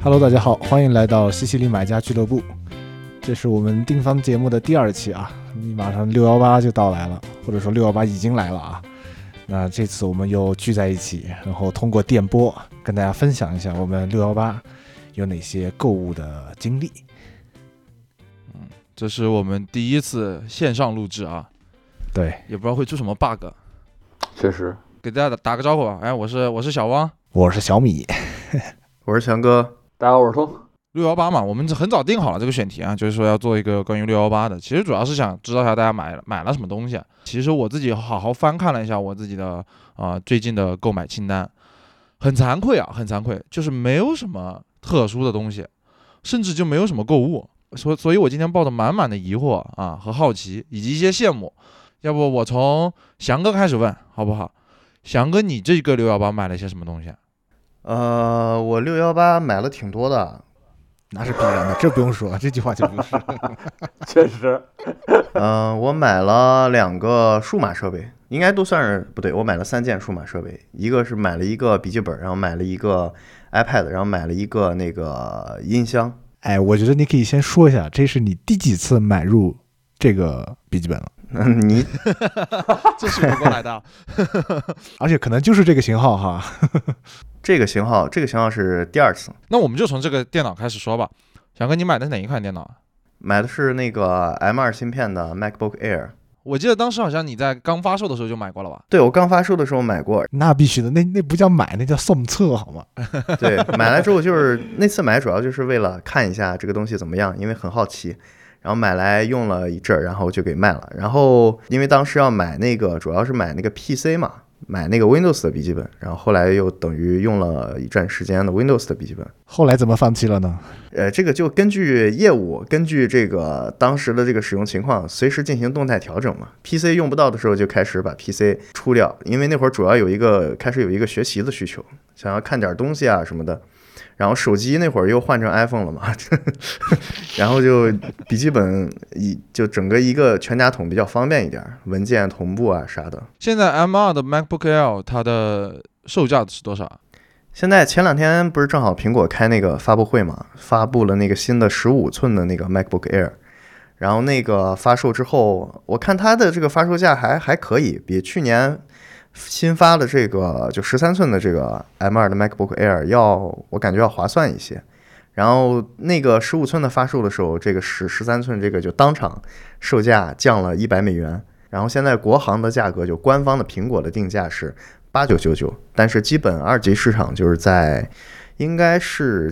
Hello， 大家好，欢迎来到西西里买家俱乐部。这是我们订方节目的第2期啊，马上618就到来了，或者说618已经来了啊。那这次我们又聚在一起，然后通过电波跟大家分享一下我们618有哪些购物的经历。 这是我们第一次线上录制啊， 对， 也不知道会出什么 bug。 确实， 给大家打个招呼吧。我是小汪， 我是小米， 我是强哥， 大家好，我是通。 618嘛，我们很早定好了这个选题啊，就是说要做一个关于618的。其实主要是想知道一下大家买了什么东西。其实我自己好好翻看了一下我自己的最近的购买清单，很惭愧啊，很惭愧，就是没有什么特殊的东西，甚至就没有什么购物。所以我今天抱着满满的疑惑啊和好奇，以及一些羡慕。要不我从翔哥开始问好不好？翔哥，你这个618买了一些什么东西？ 我618买了挺多的， 那是必然的，这不用说，这句话就不是。 确实， 我买了2个数码设备，应该都算是不对，我买了3件数码设备，一个是买了一个笔记本，然后买了一个 iPad， 然后买了一个那个音箱。 哎，我觉得你可以先说一下，这是你第几次买入这个笔记本了？ 你这是我过来的， 而且可能就是这个型号哈。 这个型号是第2次。 那我们就从这个电脑开始说吧。翔哥，你买的是哪一款电脑？ 买的是那个 M2 芯片的 MacBook Air。 我记得当时好像你在刚发售的时候就买过了吧？ 对，我刚发售的时候买过。 那必须的，那不叫买，那叫送测好吗？ 对，买来之后就是那次买主要就是为了看一下这个东西怎么样，因为很好奇。然后买来用了一阵儿，然后就给卖了。然后因为当时要买那个，主要是买那个 PC 嘛，买那个 Windows 的笔记本。然后后来又等于用了一段时间的 Windows 的笔记本。 后来怎么放弃了呢？ 这个就根据业务，根据这个当时的这个使用情况，随时进行动态调整嘛。PC 用不到的时候就开始把 PC 出掉，因为那会儿主要开始有一个学习的需求，想要看点东西啊什么的。然后手机那会儿又换成 iPhone 了嘛，然后就笔记本就整个一个全家桶比较方便一点，文件同步啊啥的。 现在 M2 的 MacBook Air 它的售价是多少？ 现在前2天不是正好苹果开那个发布会嘛，发布了那个新的15寸的那个 MacBook Air， 然后那个发售之后，我看它的这个发售价还可以，比去年新发的这个就13寸的这个 M2 的 MacBook Air 我感觉要划算一些。然后那个15寸的发售的时候，这个13寸这个就当场售价降了$100。然后现在国行的价格就官方的苹果的定价是8999，但是基本2级市场就是在应该是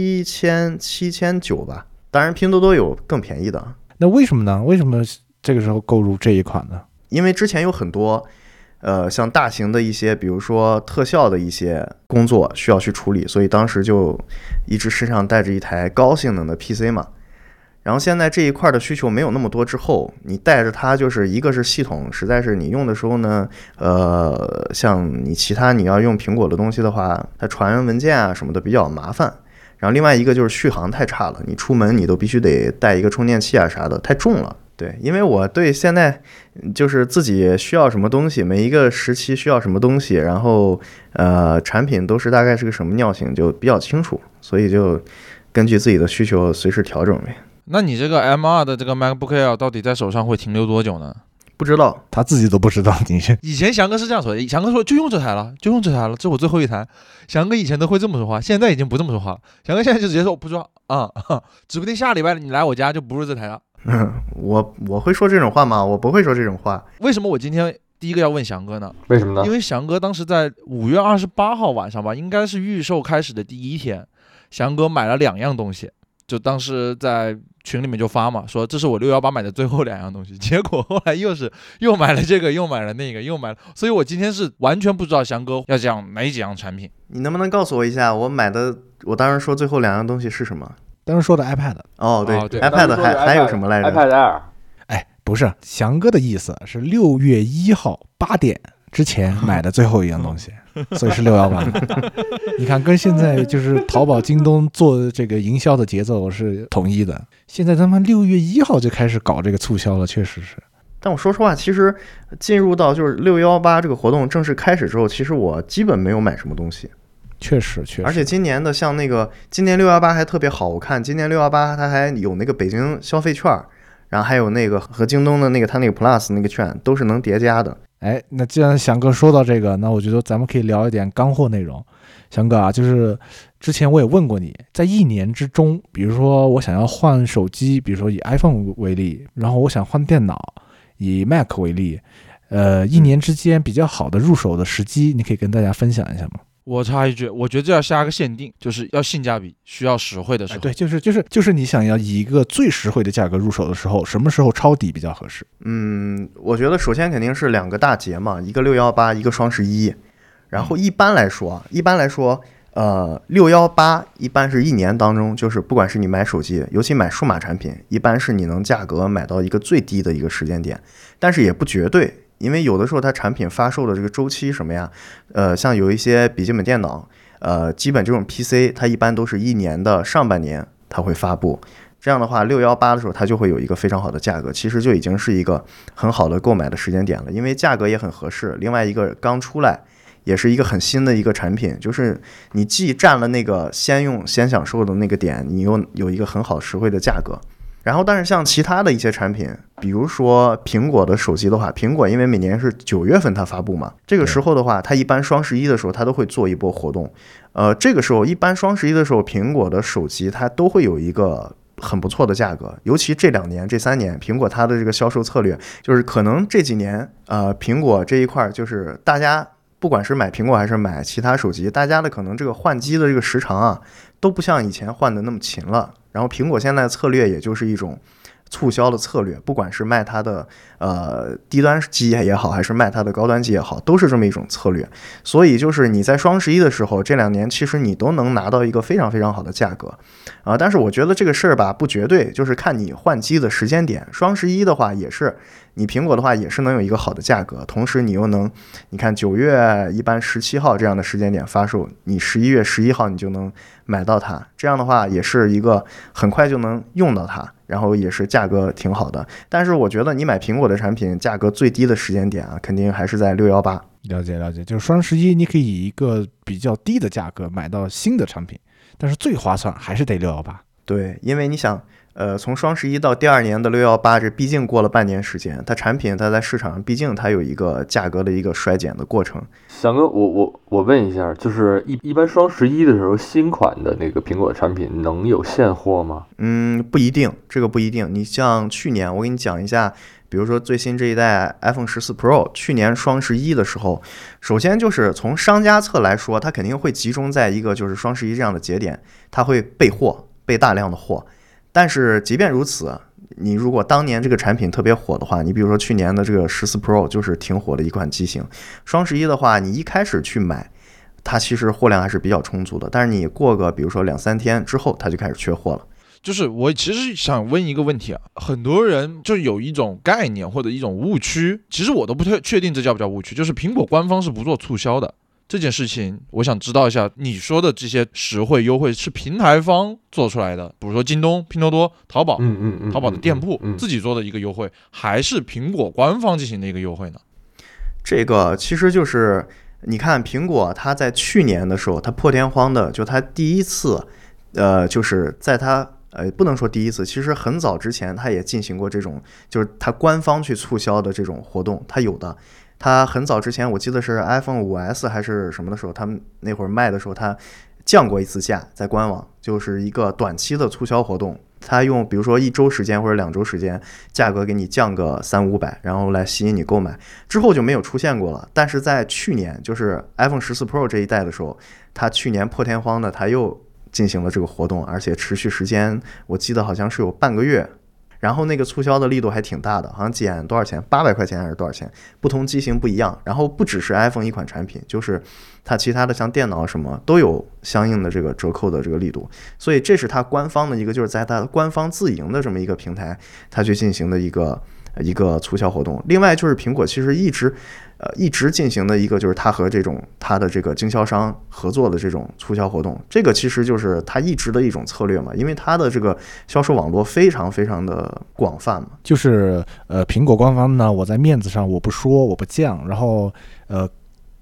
7900吧。当然拼多多有更便宜的。 那为什么呢？为什么这个时候购入这一款呢？ 因为之前有很多像大型的一些，比如说特效的一些工作需要去处理，所以当时就一直身上带着一台高性能的 PC 嘛。然后现在这一块的需求没有那么多之后，你带着它就是一个是系统，实在是你用的时候呢，像你其他你要用苹果的东西的话，它传文件啊什么的比较麻烦。然后另外一个就是续航太差了，你出门你都必须得带一个充电器啊啥的，太重了。对，因为我对现在就是自己需要什么东西，每一个时期需要什么东西，然后产品都是大概是个什么尿性就比较清楚，所以就根据自己的需求随时调整呗。 那你这个 M2 的这个 MacBook Air 到底在手上会停留多久呢？ 不知道， 他自己都不知道。 以前翔哥是这样说的，翔哥说就用这台了，这是我最后一台。翔哥以前都会这么说话，现在已经不这么说话了。翔哥现在就直接说我不知道啊，指不定下礼拜你来我家就不是这台了。 我会说这种话吗？我不会说这种话。 为什么我今天第一个要问翔哥呢？ 为什么呢？ 因为翔哥当时在5月28号晚上吧，应该是预售开始的第1天，翔哥买了2样东西，就当时在群里面就发嘛，说这是我618买的最后2样东西。结果后来又买了这个，又买了那个，又买了，所以我今天是完全不知道翔哥要讲哪几样产品。 你能不能告诉我一下，我当时说最后2样东西是什么？ 当时说的 iPad。 对 iPad 还有什么来着 ？iPad Air。 哎，不是，翔哥的意思是6月1号8点之前买的最后一样东西，所以是618。你看，跟现在就是淘宝、京东做这个营销的节奏是统一的。现在他们6月1号就开始搞这个促销了，确实是。 但我说实话，其实进入到就是618这个活动正式开始之后，其实我基本没有买什么东西。 确实， 而且今年的像那个今年618还特别好，我看今年618它还有那个北京消费券，然后还有那个和京东的那个它那个 Plus 那个券都是能叠加的。 哎，那既然翔哥说到这个，那我觉得咱们可以聊一点干货内容。翔哥啊，就是之前我也问过你，在一年之中，比如说我想要换手机，比如说以 iPhone 为例，然后我想换电脑，以 Mac 为例，一年之间比较好的入手的时机，你可以跟大家分享一下吗？ 我插一句，我觉得这要下个限定，就是要性价比，需要实惠的时候。 对，就是你想要以一个最实惠的价格入手的时候，什么时候抄底比较合适？ 我觉得首先肯定是2个大节嘛，一个618，一个双11。然后一般来说，618一般是一年当中，就是不管是你买手机，尤其买数码产品，一般是你能价格买到一个最低的一个时间点，但是也不绝对。因为有的时候它产品发售的这个周期什么呀，像有一些笔记本电脑，基本这种 PC 它一般都是一年的上半年它会发布，这样的话618的时候它就会有一个非常好的价格，其实就已经是一个很好的购买的时间点了，因为价格也很合适，另外一个刚出来也是一个很新的一个产品，就是你既占了那个先用先享受的那个点，你又有一个很好实惠的价格。然后但是像其他的一些产品，比如说苹果的手机的话，苹果因为每年是9月份它发布嘛，这个时候的话它一般双11的时候它都会做一波活动，这个时候一般双11的时候苹果的手机它都会有一个很不错的价格，尤其这2年这3年苹果它的这个销售策略，就是可能这几年苹果这一块就是大家不管是买苹果还是买其他手机，大家的可能这个换机的这个时长啊都不像以前换的那么勤了，然后苹果现在的策略也就是一种促销的策略，不管是卖它的低端机也好，还是卖它的高端机也好，都是这么一种策略。所以就是你在双11的时候，这2年其实你都能拿到一个非常非常好的价格但是我觉得这个事儿吧不绝对，就是看你换机的时间点。双11的话也是你苹果的话也是能有一个好的价格，同时你又能，你看9月一般17号这样的时间点发售，你11月11号你就能买到它，这样的话也是一个很快就能用到它，然后也是价格挺好的。但是我觉得你买苹果的产品价格最低的时间点啊，肯定还是在618。 了解，就是双11你可以以一个比较低的价格买到新的产品，但是最划算还是得618。 对，因为你想从双11到第2年的618，这毕竟过了半年时间，它产品它在市场上毕竟它有一个价格的一个衰减的过程。 翔哥，我问一下，就是一般双11的时候，新款的那个苹果产品能有现货吗？ 不一定，这个不一定。你像去年，我给你讲一下，比如说最新这一代 iPhone 14 Pro， 去年双11的时候，首先就是从商家侧来说，它肯定会集中在一个就是双11这样的节点，它会备大量的货。但是即便如此，你如果当年这个产品特别火的话，你比如说去年的这个14 Pro 就是挺火的一款机型，双11的话，你一开始去买，它其实货量还是比较充足的，但是你过个比如说2-3天之后，它就开始缺货了。 就是我其实想问一个问题啊，很多人就有一种概念或者一种误区，其实我都不确定这叫不叫误区，就是苹果官方是不做促销的。这件事情我想知道一下，你说的这些实惠优惠是平台方做出来的，比如说京东、拼多多、淘宝，淘宝的店铺自己做的一个优惠，还是苹果官方进行的一个优惠呢？ 这个其实就是你看苹果它在去年的时候，它破天荒的就它第一次就是在它不能说第一次，其实很早之前它也进行过这种就是它官方去促销的这种活动，它有的。它很早之前我记得是 iPhone 5S 还是什么的时候，他们那会儿卖的时候它降过一次价，在官网就是一个短期的促销活动，它用比如说1周时间或者2周时间，价格给你降个300-500，然后来吸引你购买，之后就没有出现过了。但是在去年就是 iPhone 14 Pro 这一代的时候，它去年破天荒的它又进行了这个活动，而且持续时间我记得好像是有半个月，然后那个促销的力度还挺大的，好像减多少钱，800块钱还是多少钱，不同机型不一样。然后不只是 iPhone 一款产品，就是它其他的像电脑什么都有相应的这个折扣的这个力度。所以这是它官方的一个，就是在它官方自营的这么一个平台，它去进行的一个促销活动。另外就是苹果其实一直进行的一个就是它的这个经销商合作的这种促销活动，这个其实就是它一直的一种策略嘛，因为它的这个销售网络非常非常的广泛嘛。 就是苹果官方呢，我在面子上我不说我不降，然后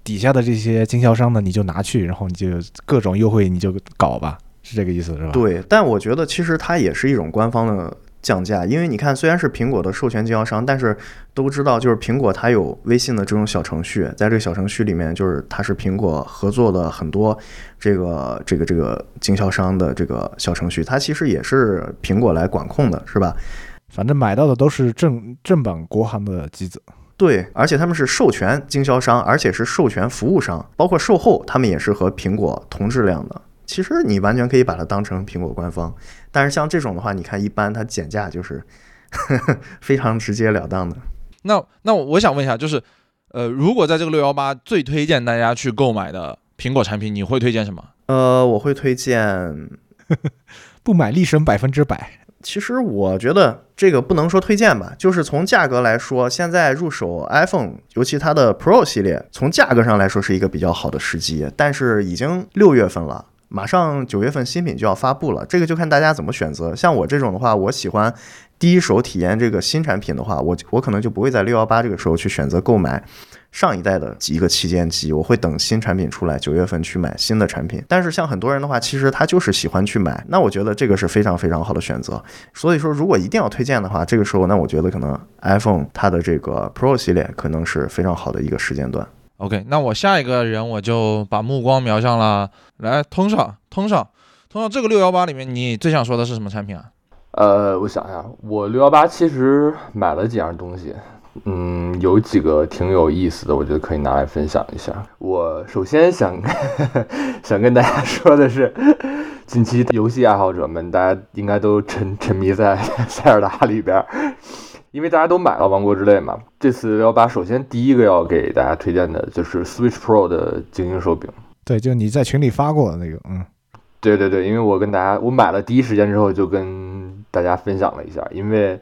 底下的这些经销商呢，你就拿去，然后你就各种优惠你就搞吧，是这个意思是吧？ 对，但我觉得其实它也是一种官方的降价，因为你看，虽然是苹果的授权经销商，但是都知道，就是苹果它有微信的这种小程序，在这个小程序里面，就是它是苹果合作的很多这个经销商的这个小程序，它其实也是苹果来管控的，是吧？ 反正买到的都是正版国行的机子。 对，而且他们是授权经销商，而且是授权服务商，包括售后，他们也是和苹果同质量的。其实你完全可以把它当成苹果官方，但是像这种的话，你看一般它减价就是非常直截了当的。 那我想问一下，就是如果在这个618最推荐大家去购买的苹果产品，你会推荐什么？ 我会推荐不买立省100%。 其实我觉得这个不能说推荐吧，就是从价格来说，现在入手 iPhone， 尤其它的 Pro 系列，从价格上来说是一个比较好的时机。但是已经6月份了，马上9月份新品就要发布了，这个就看大家怎么选择。像我这种的话，我喜欢第一手体验这个新产品的话，我可能就不会在618这个时候去选择购买上一代的一个旗舰机，我会等新产品出来9月份去买新的产品。但是像很多人的话，其实他就是喜欢去买，那我觉得这个是非常非常好的选择。所以说如果一定要推荐的话，这个时候那我觉得可能 iPhone 它的这个 Pro 系列可能是非常好的一个时间段。 OK， 那我下一个人我就把目光瞄向了，来通上这个618里面，你最想说的是什么产品啊？ 我想一下，我618其实买了几样东西，有几个挺有意思的，我觉得可以拿来分享一下。我首先想跟大家说的是，近期游戏爱好者们，大家应该都沉迷在塞尔达里边。因为大家都买了王国之泪嘛，这次618首先第一个要给大家推荐的就是 Switch Pro 的精英手柄。对， 就你在群里发过的那个， 对，因为我买了第一时间之后就跟大家分享了一下，因为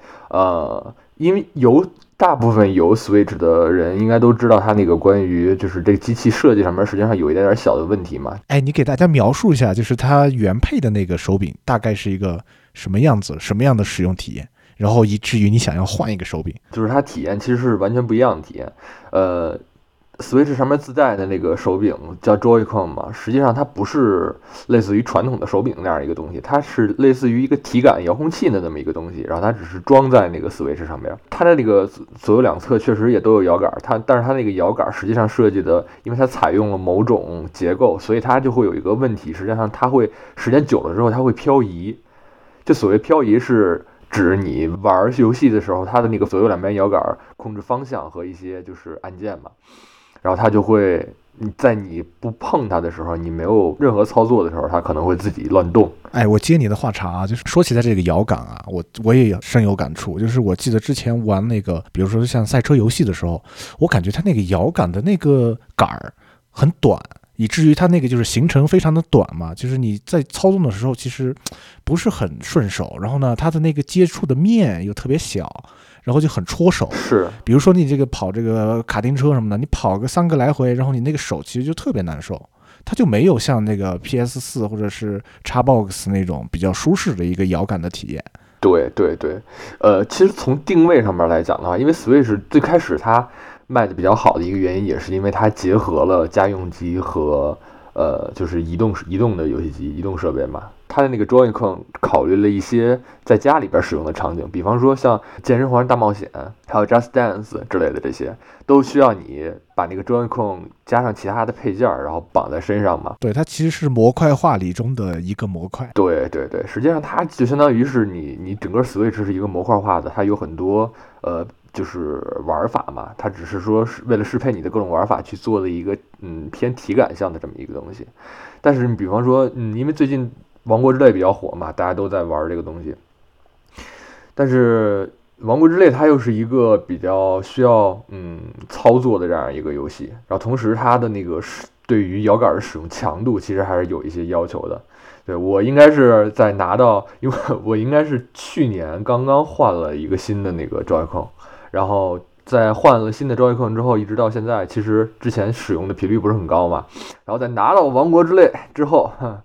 大部分有 Switch 的人应该都知道它那个关于就是这个机器设计上面实际上有一点小的问题嘛。 哎，你给大家描述一下，就是它原配的那个手柄大概是一个什么样子，什么样的使用体验？然后以至于你想要换一个手柄， 就是它体验其实是完全不一样的体验。Switch 上面自带的那个手柄叫 Joy-Con 嘛，实际上它不是类似于传统的手柄那样一个东西，它是类似于一个体感遥控器的那么一个东西，然后它只是装在那个 Switch 上面。它的那个左右两侧确实也都有摇杆，但是它那个摇杆实际上设计的，因为它采用了某种结构，所以它就会有一个问题，实际上它会时间久了之后它会漂移。就所谓漂移是指你玩游戏的时候，它的那个左右两边摇杆控制方向和一些就是按键嘛，然后它就会在你不碰它的时候，你没有任何操作的时候，它可能会自己乱动。 哎，我接你的话茬啊，就是说起来这个摇杆啊，我也深有感触。就是我记得之前玩那个，比如说像赛车游戏的时候，我感觉它那个摇杆的那个杆儿很短。以至于它那个就是行程非常的短嘛，就是你在操纵的时候其实不是很顺手，然后呢它的那个接触的面又特别小，然后就很戳手。 是， 比如说你这个跑这个卡丁车什么的，你跑个3个来回，然后你那个手其实就特别难受，它就没有像那个 PS4 或者是 Xbox 那种比较舒适的一个摇杆的体验。 对，其实从定位上面来讲的话，因为 Switch 最开始它卖的比较好的一个原因，也是因为它结合了家用机和就是移动的游戏机、移动设备嘛。它的那个 Joy-Con 考虑了一些在家里边使用的场景，比方说像健身环大冒险，还有 Just Dance 之类的，这些都需要你把那个 Joy-Con 加上其他的配件，然后绑在身上嘛。 对，它其实是模块化里中的一个模块。 对，实际上它就相当于是你整个 Switch 是一个模块化的，它有很多就是玩法嘛，它只是说是为了适配你的各种玩法去做的一个偏体感向的这么一个东西。但是你比方说因为最近王国之泪比较火嘛，大家都在玩这个东西，但是王国之泪它又是一个比较需要操作的这样一个游戏，然后同时它的那个对于摇杆的使用强度其实还是有一些要求的。对，我应该是在拿到，因为我应该是去年刚刚换了一个新的那个 Joy-Con， 然后在换了新的 Joy-Con 之后，一直到现在，其实之前使用的频率不是很高嘛，然后在拿到王国之泪之后，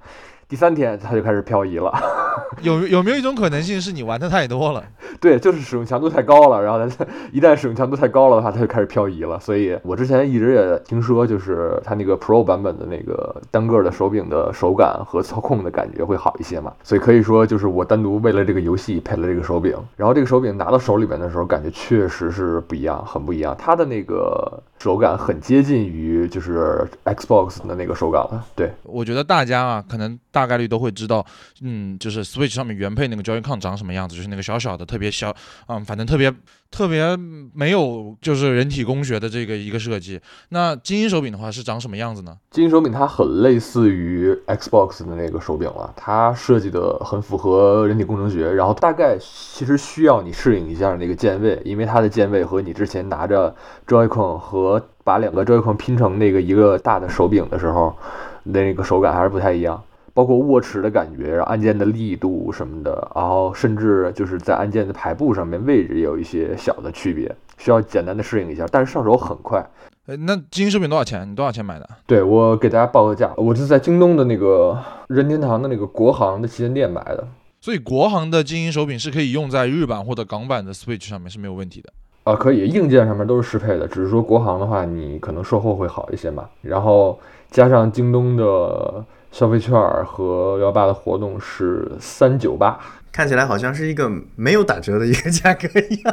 第3天它就开始漂移了。 有没有一种可能性是你玩的太多了？ 对，就是使用强度太高了，然后它一旦使用强度太高了的话，它就开始漂移了。所以我之前一直也听说，就是它那个 Pro 版本的那个单个的手柄的手感和操控的感觉会好一些嘛。所以可以说，就是我单独为了这个游戏配了这个手柄，然后这个手柄拿到手里面的时候，感觉确实是不一样，很不一样。它的那个手感很接近于就是 Xbox 的那个手感了。对， 我觉得大家啊，可能大概率都会知道，就是 Switch 上面原配那个 Joy-Con 长什么样子，就是那个小小的、特别小，反正特别没有就是人体工学的这个一个设计。那精英手柄的话是长什么样子呢？ 精英手柄它很类似于 Xbox 的那个手柄了，它设计的很符合人体工程学，然后大概其实需要你适应一下那个键位，因为它的键位和你之前拿着 Joy-Con 和把2个 Joy-Con 拼成那个一个大的手柄的时候，那个手感还是不太一样。包括握持的感觉，然后按键的力度什么的，然后甚至就是在按键的排布上面位置也有一些小的区别，需要简单的适应一下，但是上手很快。 那精英手柄多少钱？你多少钱买的？ 对，我给大家报个价，我是在京东的那个任天堂的那个国行的旗舰店买的。 所以国行的精英手柄是可以用在日版或者港版的 Switch 上面是没有问题的。 可以，硬件上面都是适配的，只是说国行的话，你可能售后会好一些嘛。然后加上京东的消费券和118的活动是398， 看起来好像是一个没有打折的一个价格一样。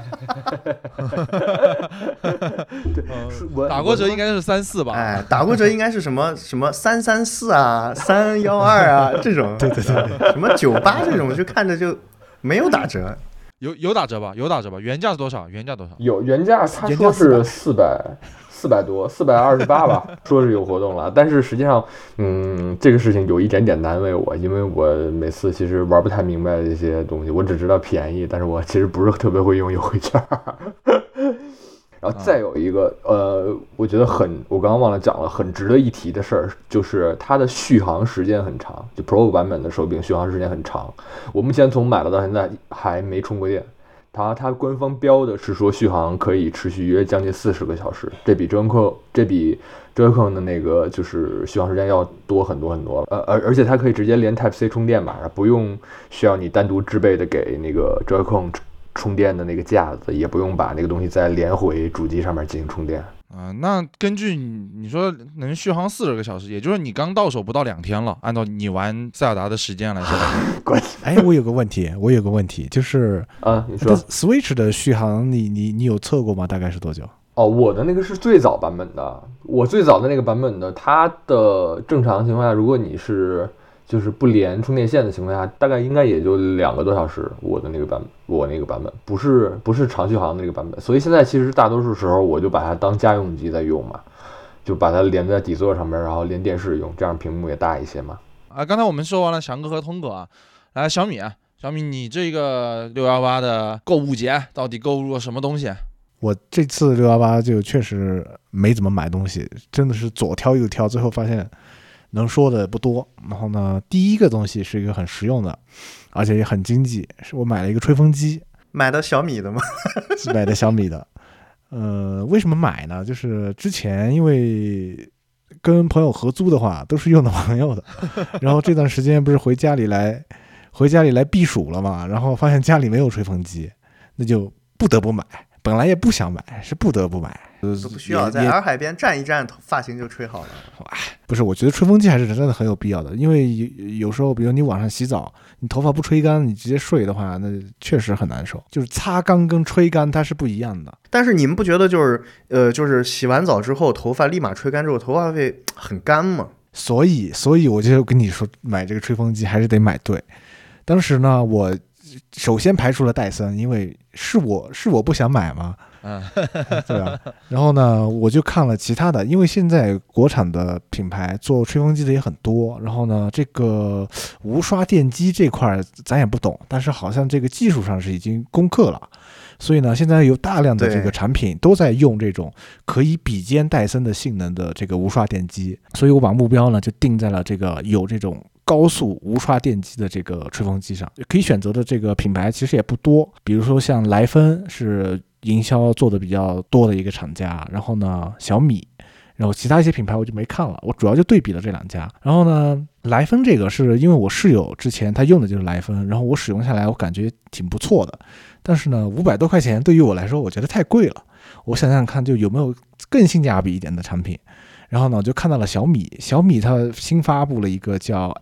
对， 打过折应该是34吧？ 哎，打过折应该是什么334啊、312啊这种，对，什么98这种，就看着就没有打折。 有打折吧？有打折吧？原价是多少？ 有原价，他说是400多，428吧，说是有活动了，但是实际上，这个事情有一点点难为我，因为我每次其实玩不太明白这些东西，我只知道便宜，但是我其实不是特别会用优惠券。然后再有一个，我觉得我刚刚忘了讲了，很值得一提的事儿，就是它的续航时间很长，就 Pro 版本的手柄续航时间很长。我目前从买了到现在还没充过电。它官方标的是说续航可以持续约将近40个小时，这比 Joy-Con 的那个就是续航时间要多很多很多。而且它可以直接连 Type C 充电嘛，不用需要你单独制备的给那个 Joy-Con充电的那个架子，也不用把那个东西再连回主机上面进行充电。 那根据你说能续航40个小时，也就是你刚到手不到2天了，按照你玩塞尔达的时间来说。 哎，我有个问题，就是你说 Switch 的续航你有测过吗？大概是多久？ 我的那个是最早版本的，我最早的那个版本的，它的正常情况下，如果你是就是不连充电线的情况下，大概应该也就2个多小时。我那个版本不是长续航的那个版本，所以现在其实大多数时候我就把它当家用机在用嘛，就把它连在底座上面，然后连电视用，这样屏幕也大一些嘛。 刚才我们说完了翔哥和通哥啊，来小米，你这个618的购物节到底购入了什么东西？ 我这次618就确实没怎么买东西，真的是左挑右挑，最后发现能说的不多。然后呢，第一个东西是一个很实用的，而且也很经济，是我买了一个吹风机。 买的小米的吗？ 是买的小米的。为什么买呢？就是之前因为跟朋友合租的话，都是用的朋友的。然后这段时间不是回家里来避暑了嘛，然后发现家里没有吹风机，那就不得不买。本来也不想买，是不得不买。 都不需要在洱海边站一站，发型就吹好了。 不是，我觉得吹风机还是真的很有必要的，因为有时候，比如你晚上洗澡，你头发不吹干，你直接睡的话，那确实很难受。就是擦干跟吹干它是不一样的。 但是你们不觉得就是洗完澡之后，头发立马吹干之后，头发会很干吗？ 所以我就跟你说，买这个吹风机还是得买对。当时呢，我首先排除了戴森，因为是我不想买嘛。对吧？然后呢，我就看了其他的，因为现在国产的品牌做吹风机的也很多。然后呢，这个无刷电机这块咱也不懂，但是好像这个技术上是已经攻克了。所以呢，现在有大量的这个产品都在用这种可以比肩戴森的性能的这个无刷电机。所以我把目标呢就定在了这个有这种高速无刷电机的这个吹风机上。可以选择的这个品牌其实也不多，比如说像莱芬是营销做的比较多的一个厂家，然后呢小米， 然后其他一些品牌我就没看了，我主要就对比了这2家。然后呢，莱芬这个是因为我室友之前他用的就是莱芬，然后我使用下来我感觉挺不错的，但是呢500多块钱对于我来说我觉得太贵了，我想想看就有没有更性价比一点的产品。然后呢我就看到了小米它新发布了一个叫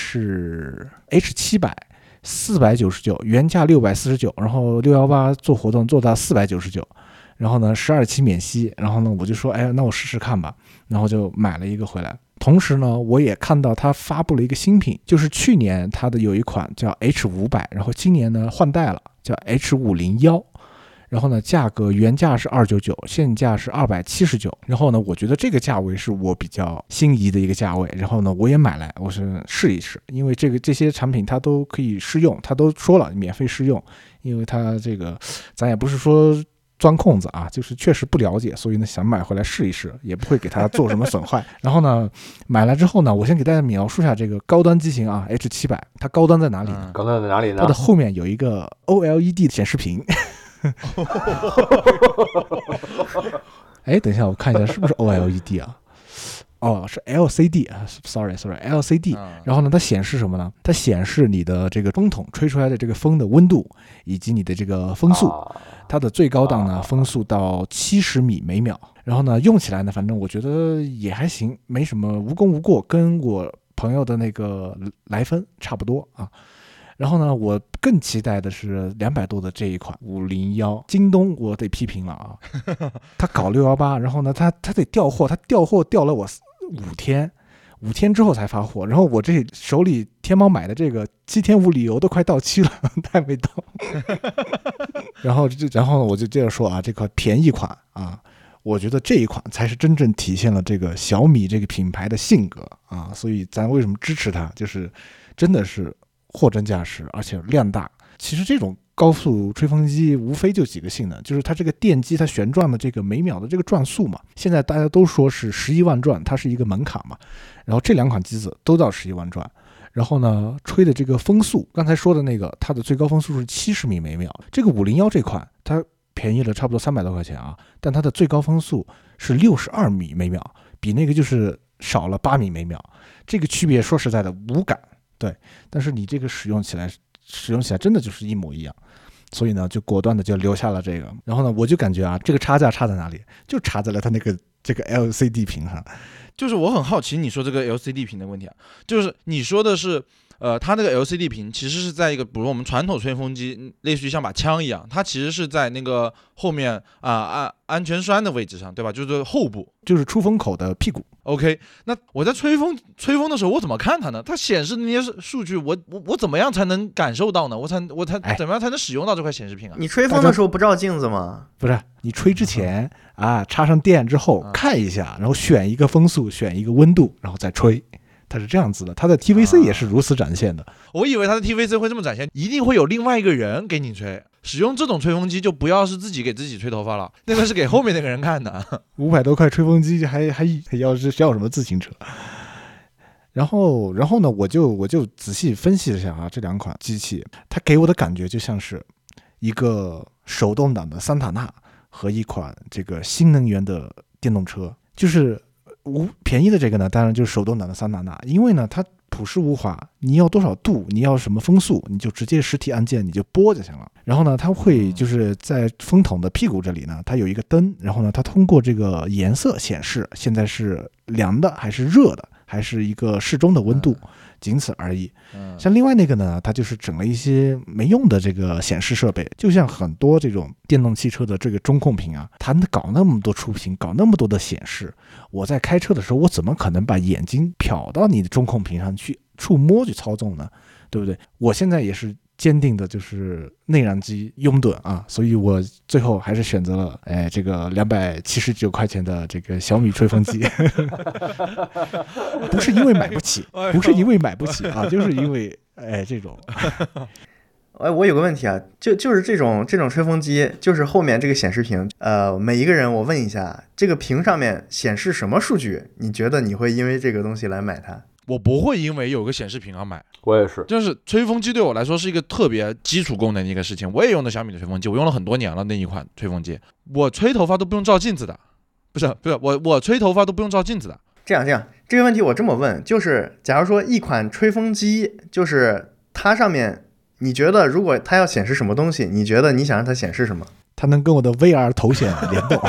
H700 499，原价649，然后618做活动做到499，然后呢12期免息，然后呢我就说那我试试看吧，然后就买了一个回来。同时呢我也看到他发布了一个新品，就是去年他的有一款叫 H500， 然后今年呢换代了叫 H501，然后呢价格原价是299，现价是279，然后呢我觉得这个价位是我比较心仪的一个价位，然后呢我也买来我是试一试，因为这些产品它都可以试用，他都说了免费试用，因为它这个咱也不是说钻空子啊，就是确实不了解，所以呢想买回来试一试，也不会给它做什么损坏。然后呢买来之后呢，我先给大家描述一下这个高端机型啊 H700， 它高端在哪里呢？ 高端在哪里呢？ 它的后面有一个 OLED 的显示屏。等一下我看一下是不是 OLED 啊？是 LCD 啊 ，sorry LCD。然后呢，它显示什么呢？它显示你的这个风筒吹出来的这个风的温度，以及你的这个风速。它的最高档呢，风速到70米每秒。然后呢，用起来呢，反正我觉得也还行，没什么无功无过，跟我朋友的那个莱芬差不多啊。然后呢，我更期待的是200多的这一款501，京东我得批评了啊，他搞618，然后呢，他得调货，他调货调了我5天之后才发货，然后我这手里天猫买的这个7天无理由都快到期了，他还没到。然后我就接着说啊，这个便宜款啊，我觉得这一款才是真正体现了这个小米这个品牌的性格啊，所以咱为什么支持它，就是真的是货真价实，而且量大。其实这种高速吹风机无非就几个性能，就是它这个电机它旋转的这个每秒的这个转速嘛，现在大家都说是11万转，它是一个门槛嘛。然后这2款机子都到11万转，然后呢吹的这个风速，刚才说的那个它的最高风速是70米每秒，这个501这款它便宜了差不多300多块钱啊，但它的最高风速是62米每秒，比那个就是少了8米每秒，这个区别说实在的无感。对，但是你这个使用起来真的就是一模一样，所以呢就果断的就留下了这个。然后呢我就感觉啊，这个差价差在哪里，就差在了它这个 LCD 屏上。 就是我很好奇你说这个 LCD 屏的问题啊，就是你说的是它那个 LCD 屏其实是在一个比如我们传统吹风机类似于像把枪一样，它其实是在那个后面安全栓的位置上，对吧？就是后部， 就是出风口的屁股。 OK， 那我在吹风的时候我怎么看它呢？它显示的那些数据我怎么样才能感受到呢？我才怎么样才能使用到这块显示屏啊？ 你吹风的时候不照镜子吗？ 不是，你吹之前插上电之后看一下，然后选一个风速，选一个温度，然后再吹。它是这样子的，它的 TVC 也是如此展现的。 我以为它的 TVC 会这么展现，一定会有另外一个人给你吹。使用这种吹风机就不要是自己给自己吹头发了，那个是给后面那个人看的。 500多块吹风机还要什么自行车？然后呢，我就仔细分析了一下啊，这2款机器，它给我的感觉就像是一个手动挡的桑塔纳和一款这个新能源的电动车，就是便宜的这个呢，当然就是手动挡的桑塔纳，因为呢它朴实无华，你要多少度，你要什么风速，你就直接实体按键你就拨就行了。然后呢，它会就是在风筒的屁股这里呢，它有一个灯，然后呢，它通过这个颜色显示现在是凉的还是热的，还是一个适中的温度，仅此而已。像另外那个呢，它就是整了一些没用的这个显示设备，就像很多这种电动汽车的这个中控屏啊，它搞那么多触屏，搞那么多的显示，我在开车的时候，我怎么可能把眼睛瞟到你的中控屏上去触摸去操纵呢？对不对？我现在也是坚定的就是内燃机拥趸啊，所以我最后还是选择了这个279块钱的这个小米吹风机。不是因为买不起，不是因为买不起啊，就是因为这种。 我有个问题啊，就是这种吹风机，就是后面这个显示屏，每一个人我问一下，这个屏上面显示什么数据？你觉得你会因为这个东西来买它？ 我不会因为有个显示屏而买。 我也是， 就是吹风机对我来说是一个特别基础功能的一个事情。我也用的小米的吹风机，我用了很多年了，那一款吹风机，我吹头发都不用照镜子的， 不是，我吹头发都不用照镜子的。 这样，这个问题我这么问，就是假如说一款吹风机，就是它上面，你觉得如果它要显示什么东西，你觉得你想让它显示什么？ 它能跟我的 VR 头显联动。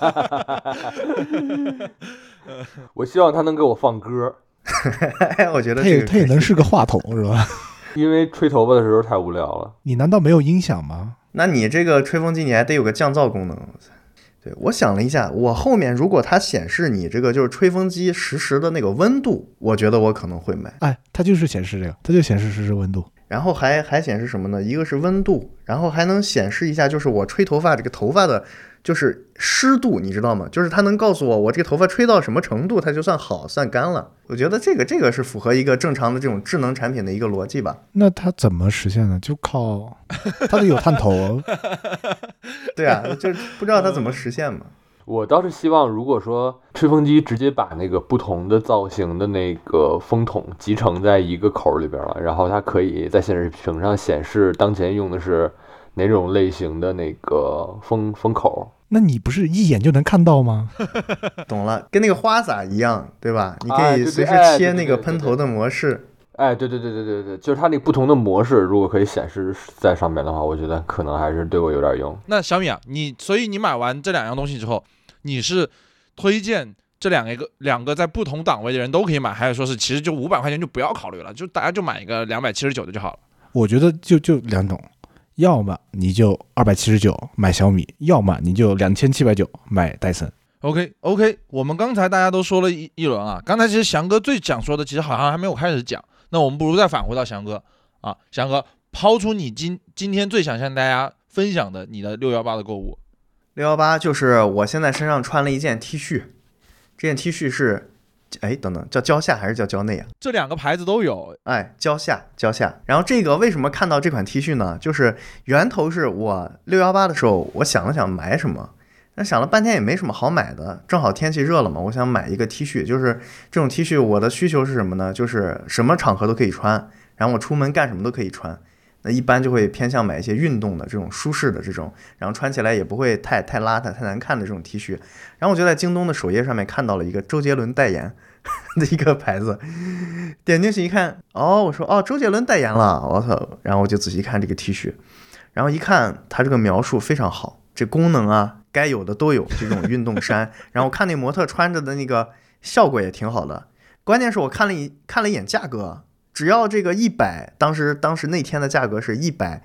我希望它能给我放歌。 我觉得它也能是个话筒是吧？ 因为吹头发的时候太无聊了。 你难道没有音响吗？ 那你这个吹风机你还得有个降噪功能。对，我想了一下，我后面如果它显示你这个就是吹风机实时的那个温度，我觉得我可能会买。 哎，它就是显示这个，它就显示实时温度。 然后还显示什么呢？一个是温度，然后还能显示一下就是我吹头发这个头发的就是湿度，你知道吗？就是它能告诉我这个头发吹到什么程度它就算好算干了。我觉得这个是符合一个正常的这种智能产品的一个逻辑吧。 那它怎么实现呢？就靠它得有探头。 对啊，就不知道它怎么实现嘛。 我倒是希望，如果说吹风机直接把那个不同的造型的那个风筒集成在一个口里边了，然后它可以在显示屏上显示当前用的是哪种类型的那个风口。 那你不是一眼就能看到吗？ 懂了，跟那个花洒一样，对吧？你可以随时切那个喷头的模式。 哎，对，就是它那不同的模式，如果可以显示在上面的话，我觉得可能还是对我有点用。 那小米啊，所以你买完这两样东西之后，你是推荐这两个在不同档位的人都可以买，还是说是其实就500块钱就不要考虑了，就大家就买一个279的就好了？ 我觉得就两种，要么你就279买小米，要么你就2790买戴森。 OK， 我们刚才大家都说了一轮啊，刚才其实翔哥最想说的，其实好像还没有开始讲。那我们不如再返回到翔哥啊，翔哥抛出你今天最想向大家分享的你的618的购物。 618就是我现在身上穿了一件 T 恤，这件 T 恤是，等等，叫蕉下还是叫蕉内啊？ 这两个牌子都有。 蕉下。然后这个为什么看到这款 T 恤呢？就是源头是我618的时候，我想了想买什么。但想了半天也没什么好买的，正好天气热了嘛，我想买一个 T 恤，就是这种 T 恤，我的需求是什么呢？就是什么场合都可以穿，然后我出门干什么都可以穿。那一般就会偏向买一些运动的这种舒适的这种，然后穿起来也不会太邋遢、太难看的这种 T 恤。然后我就在京东的首页上面看到了一个周杰伦代言的一个牌子，点进去一看，我说周杰伦代言了，我操！然后我就仔细看这个 T 恤，然后一看它这个描述非常好，这功能啊。该有的都有，这种运动衫，然后看那模特穿着的那个效果也挺好的。关键是我看了一眼价格，只要这个100，当时那天的价格是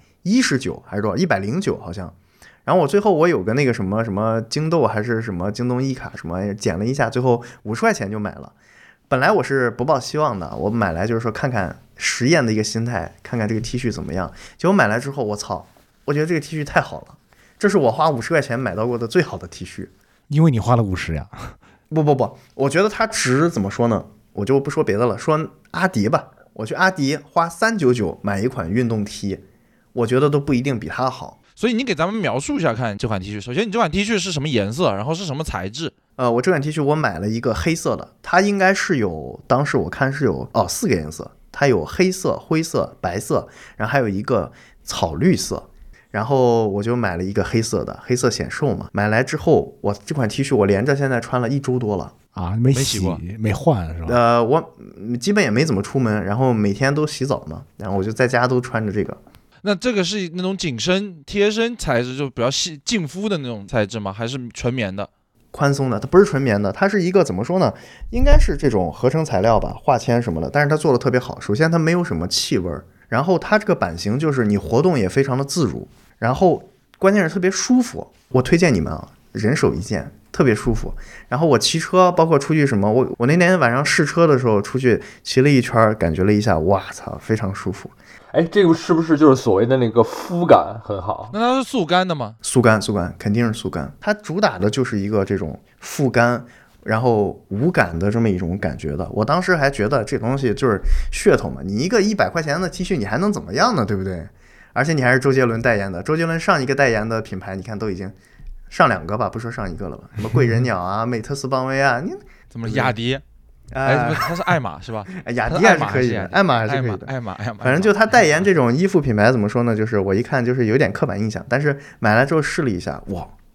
119还是多少？109好像。然后最后我有个那个什么京豆还是什么京东一卡什么减了一下，最后50块钱就买了。本来我是不抱希望的，我买来就是说看看实验的一个心态，看看这个 T 恤怎么样。结果买来之后，我操，我觉得这个 T 恤太好了。这是我花50块钱买到过的最好的 T 恤， 因为你花了50呀。 不，我觉得它值怎么说呢？我就不说别的了，说阿迪吧。我去阿迪花399买一款运动 T， 我觉得都不一定比它好。 所以你给咱们描述一下看这款 T 恤。首先，你这款 T 恤是什么颜色？然后是什么材质？ 我这款 T 恤我买了一个黑色的，它应该是有，当时我看是有4个颜色，它有黑色、灰色、白色，然后还有一个草绿色。然后我就买了一个黑色的，黑色显瘦嘛。买来之后，我这款 T 恤我连着现在穿了1周多了啊，没洗过，没换是吧？ 我基本也没怎么出门，然后每天都洗澡嘛，然后我就在家都穿着这个。 那这个是那种紧身贴身材质，就比较细净肤的那种材质吗？还是纯棉的？ 宽松的，它不是纯棉的，它是一个怎么说呢？应该是这种合成材料吧，化纤什么的，但是它做的特别好。首先它没有什么气味，然后它这个版型就是你活动也非常的自如，然后关键是特别舒服。我推荐你们啊，人手一件，特别舒服。然后我骑车，包括出去什么，我那天晚上试车的时候出去骑了一圈，感觉了一下，哇操，非常舒服。 这个是不是就是所谓的那个肤感很好？ 那它是速干的吗？ 速干，肯定是速干。它主打的就是一个这种复干，然后无感的这么一种感觉的。我当时还觉得这东西就是噱头嘛，你一个100块钱的 T 恤你还能怎么样呢，对不对？而且你还是周杰伦代言的，周杰伦上一个代言的品牌你看都已经上2个吧，不说上1个了吧，什么贵人鸟啊、美特斯邦威啊，你怎么雅迪？它是爱马是吧？ 雅迪还是可以的，爱马还是可以的， 爱马。 反正就他代言这种衣服品牌怎么说呢？就是我一看就是有点刻板印象，但是买来之后试了一下，哇，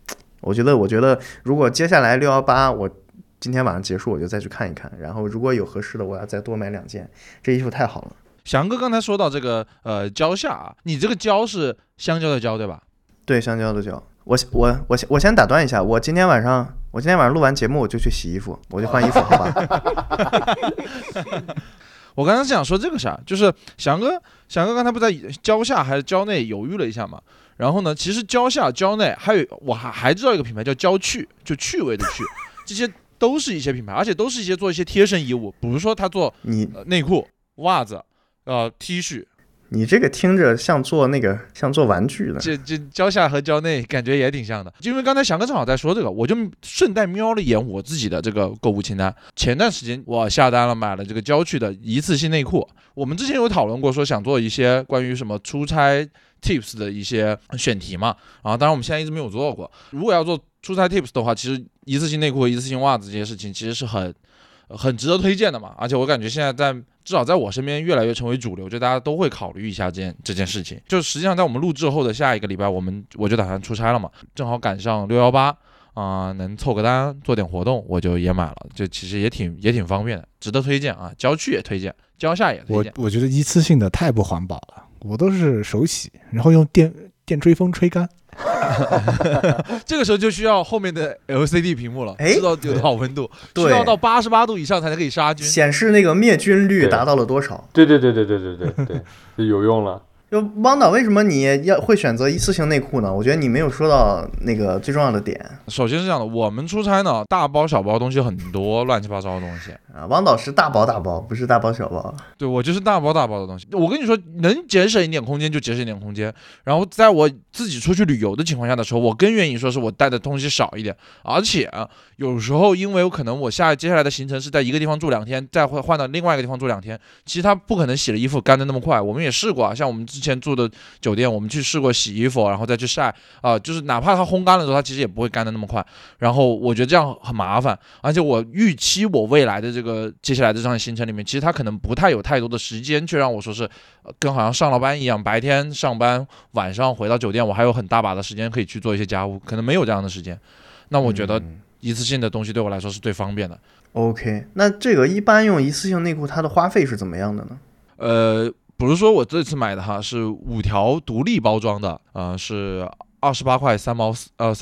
我觉得如果接下来618我今天晚上结束我就再去看一看，然后如果有合适的我要再多买2件，这衣服太好了。 翔哥刚才说到这个蕉下啊，你这个蕉是香蕉的蕉对吧？ 对，香蕉的蕉。我先打断一下，我今天晚上录完节目我就去洗衣服，我就换衣服好吧？ 我刚才想说这个啥，就是翔哥刚才不在蕉下还是蕉内犹豫了一下嘛？然后呢，其实蕉下、蕉内还有我还知道一个品牌叫蕉趣，就趣味的趣，这些都是一些品牌，而且都是一些做一些贴身衣物，比如说他做内裤、袜子、T 恤。 你这个听着像做玩具的。 这蕉下和蕉内感觉也挺像的，因为刚才翔哥正好在说这个，我就顺带瞄了一眼我自己的这个购物清单。前段时间我下单了，买了这个蕉趣的一次性内裤。我们之前有讨论过，说想做一些关于什么出差 tips 的一些选题嘛，当然我们现在一直没有做过。如果要做出差 tips 的话，其实一次性内裤和一次性袜子这些事情其实是很值得推荐的嘛，而且我感觉现在至少在我身边越来越成为主流，就大家都会考虑一下这件事情。就实际上在我们录制后的下一个礼拜，我就打算出差了嘛，正好赶上618能凑个单做点活动，我就也买了，就其实也挺方便的，值得推荐啊。蕉趣也推荐，蕉下也推荐。 我觉得一次性的太不环保了，我都是手洗，然后用电吹风吹干。 这个时候就需要后面的 LCD 屏幕了，知道有多少温度，需要到88度以上才能可以杀菌， 显示那个灭菌率达到了多少。 对，就有用了。 就汪导，为什么你会选择一次性内裤呢？我觉得你没有说到那个最重要的点。 首先是这样的，我们出差呢，大包小包东西很多，乱七八糟的东西啊。汪导是大包，不是大包小包。 对，我就是大包的东西。我跟你说，能节省一点空间就节省一点空间。然后在我自己出去旅游的情况下的时候，我更愿意说是我带的东西少一点。而且有时候因为可能我接下来的行程是在一个地方住2天，再换到另外一个地方住2天，其实它不可能洗了衣服干的那么快。我们也试过像我们之前住的酒店，我们去试过洗衣服，然后再去晒就是哪怕它烘干的时候，它其实也不会干的那么快。然后我觉得这样很麻烦，而且我预期我未来的这个接下来的这场行程里面，其实它可能不太有太多的时间去让我说是跟好像上了班一样，白天上班，晚上回到酒店，我还有很大把的时间可以去做一些家务，可能没有这样的时间。那我觉得一次性的东西对我来说是最方便的。 OK， 那这个一般用一次性内裤，它的花费是怎么样的呢？ 比如说我这次买的是5条独立包装的，是28块3毛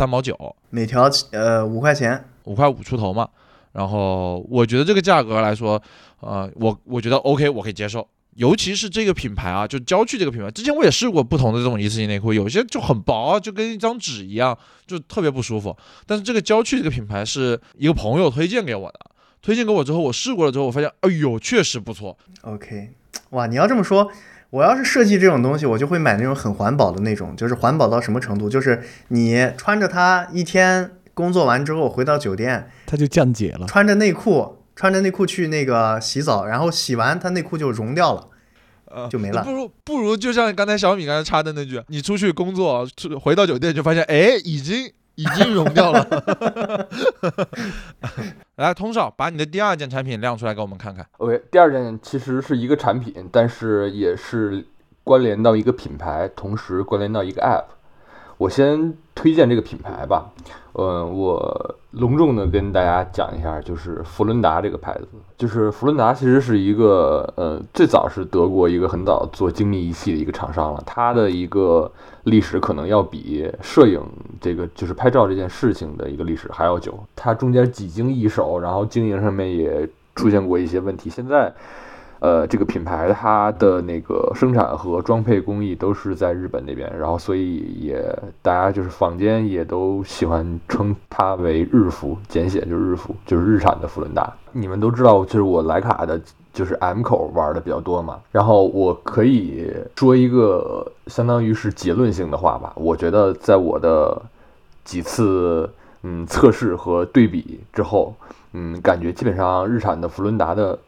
9， 每条5块钱 ，5块5出头嘛。然后我觉得这个价格来说，我觉得 OK， 我可以接受。尤其是这个品牌就蕉趣这个品牌，之前我也试过不同的这种一次性内裤，有些就很薄，就跟一张纸一样，就特别不舒服。但是这个蕉趣这个品牌是一个朋友推荐给我的，推荐给我之后，我试过了之后，我发现，哎呦，确实不错。 OK， 哇，你要这么说，我要是设计这种东西，我就会买那种很环保的那种，就是环保到什么程度，就是你穿着它一天工作完之后回到酒店， 它就降解了， 穿着内裤去那个洗澡，然后洗完它内裤就融掉了。就没了。 不如就像刚才小米刚才插的那句，你出去工作回到酒店就发现，已经融掉了。来，通少把你的第2件产品亮出来给我们看看。 OK， 第2件其实是一个产品，但是也是关联到一个品牌，同时关联到一个 App。 我先推荐这个品牌吧。我隆重的跟大家讲一下，就是福伦达这个牌子。就是福伦达其实是一个最早是德国一个很早做精密仪器的一个厂商了，它的一个历史可能要比摄影这个就是拍照这件事情的一个历史还要久。它中间几经易手，然后经营上面也出现过一些问题。现在这个品牌它的那个生产和装配工艺都是在日本那边，然后所以也大家就是坊间也都喜欢称它为日服，简写就是日服，就是日产的福伦达。你们都知道，就是我徕卡的就是 M 口玩的比较多嘛，然后我可以说一个相当于是结论性的话吧。我觉得在我的几次测试和对比之后，感觉基本上日产的福伦达的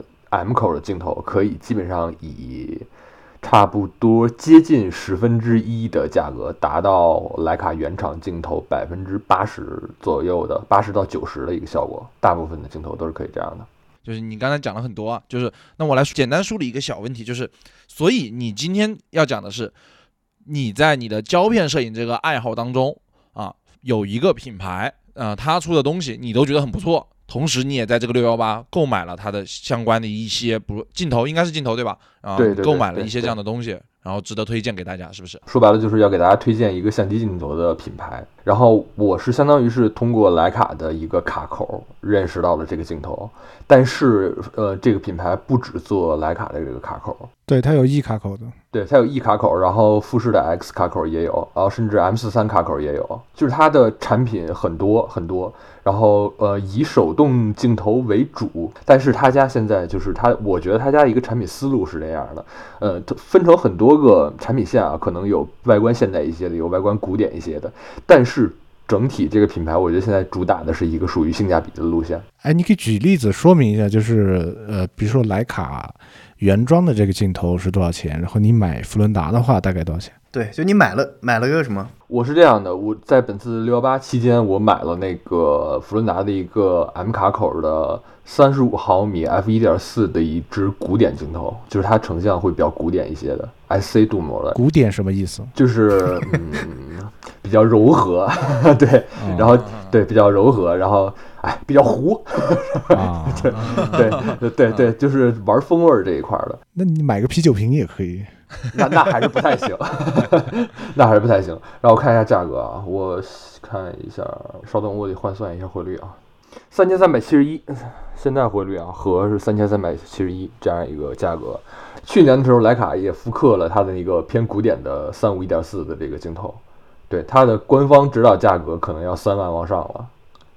M 口的镜头可以基本上以差不多接近1/10的价格达到徕卡原厂镜头80%左右的80到90%的一个效果，大部分的镜头都是可以这样的。 就是你刚才讲了很多就是那我来简单梳理一个小问题，就是所以你今天要讲的是你在你的胶片摄影这个爱好当中有一个品牌，它出的东西你都觉得很不错，同时你也在这个618购买了它的相关的一些，不镜头应该是镜头对吧？ 对， 购买了一些这样的东西，然后值得推荐给大家，是不是？ 说白了就是要给大家推荐一个相机镜头的品牌。然后我是相当于是通过徕卡的一个卡口认识到了这个镜头，但是这个品牌不只做徕卡的这个卡口， 对，它有 E 卡口的， 对，它有 E 卡口，然后富士的 X 卡口也有，然后甚至 M43卡口也有，就是它的产品很多很多。然后以手动镜头为主，但是他家现在就是我觉得他家一个产品思路是这样的，分成很多个产品线啊，可能有外观现代一些的，有外观古典一些的，但是整体这个品牌，我觉得现在主打的是一个属于性价比的路线。 哎，你可以举例子说明一下，就是比如说徕卡原装的这个镜头是多少钱，然后你买福伦达的话大概多少钱？ 对，就你买了个什么？ 我是这样的，我在本次618期间，我买了那个福伦达的一个 M 卡口的35毫米 f1.4 的一支古典镜头，就是它成像会比较古典一些的 SC 镀膜的。 古典什么意思？ 就是比较柔和，对，然后对比较柔和，然后比较糊，对，就是玩风味这一块的。 那你买个啤酒瓶也可以。 那还是不太行，那还是不太行。让我看一下价格啊，我看一下，稍等，我得换算一下汇率啊，3371，现在汇率啊，和是3371这样一个价格。去年的时候，徕卡也复刻了它的那个偏古典的35 1.4的这个镜头，对，它的官方指导价格可能要3万往上了。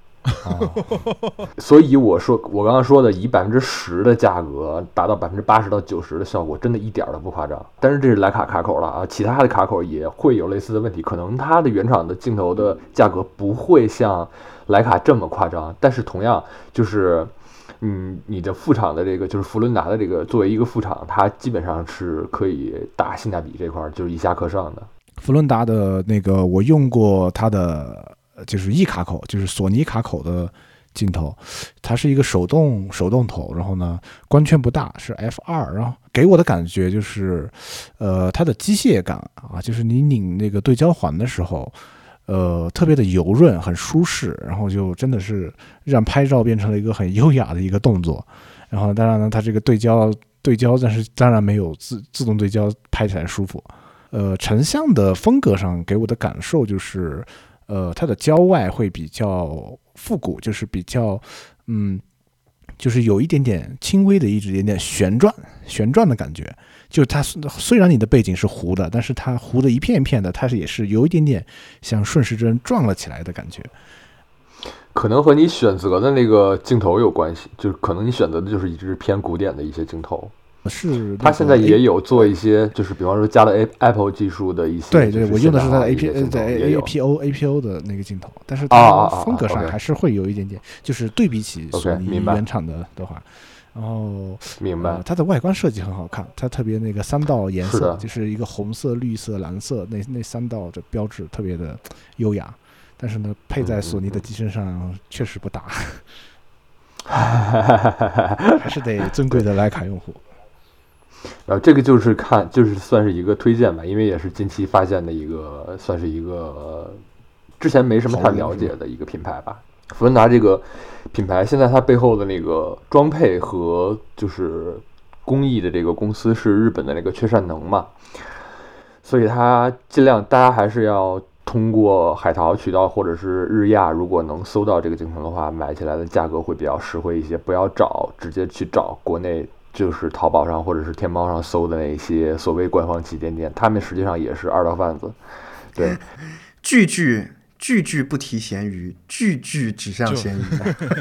所以我刚刚说的以10%的价格达到80%到90%的效果，真的一点都不夸张。但是这是徕卡卡口了啊，其他的卡口也会有类似的问题，可能它的原厂的镜头的价格不会像徕卡这么夸张，但是同样就是你的副厂的这个就是福伦达的这个作为一个副厂，它基本上是可以打性价比这块就是一下课上的。 福伦达的那个我用过它的就是 E 卡口，就是索尼卡口的镜头，它是一个手动头，然后呢光圈不大，是 f2， 然后给我的感觉就是它的机械感啊，就是你拧那个对焦环的时候特别的油润，很舒适，然后就真的是让拍照变成了一个很优雅的一个动作。然后当然呢，它这个对焦，但是当然没有自动对焦拍起来舒服。成像的风格上给我的感受就是它的焦外会比较复古，就是比较就是有一点点轻微的一点点旋转的感觉。就它虽然你的背景是糊的，但是它糊的一片一片的，它也是有一点点像顺时针转了起来的感觉。 可能和你选择的那个镜头有关系，就是可能你选择的就是一支偏古典的一些镜头。 是， 它现在也有做一些，就是比方说加了 Apple 技术的一些。 对，我用的是它的 APO 的那个镜头，但是它风格上还是会有一点点，就是对比起索尼原厂的话，然后明白， 它的外观设计很好看，它特别那个3道颜色，就是一个红色、绿色、蓝色，那3道的标志特别的优雅，但是呢，配在索尼的机身上确实不搭，还是得尊贵的徕卡用户。 然后这个就是算是一个推荐吧，因为也是近期发现的一个，算是一个之前没什么太了解的一个品牌吧。福伦达这个品牌现在它背后的那个装配和就是工艺的这个公司是日本的那个雀善能嘛，所以它尽量大家还是要通过海淘渠道或者是日亚，如果能搜到这个镜头的话，买起来的价格会比较实惠一些，不要直接去找国内就是淘宝上或者是天猫上搜的那些所谓官方旗舰店，他们实际上也是二道贩子。对， 句句不提咸鱼，句句指向咸鱼。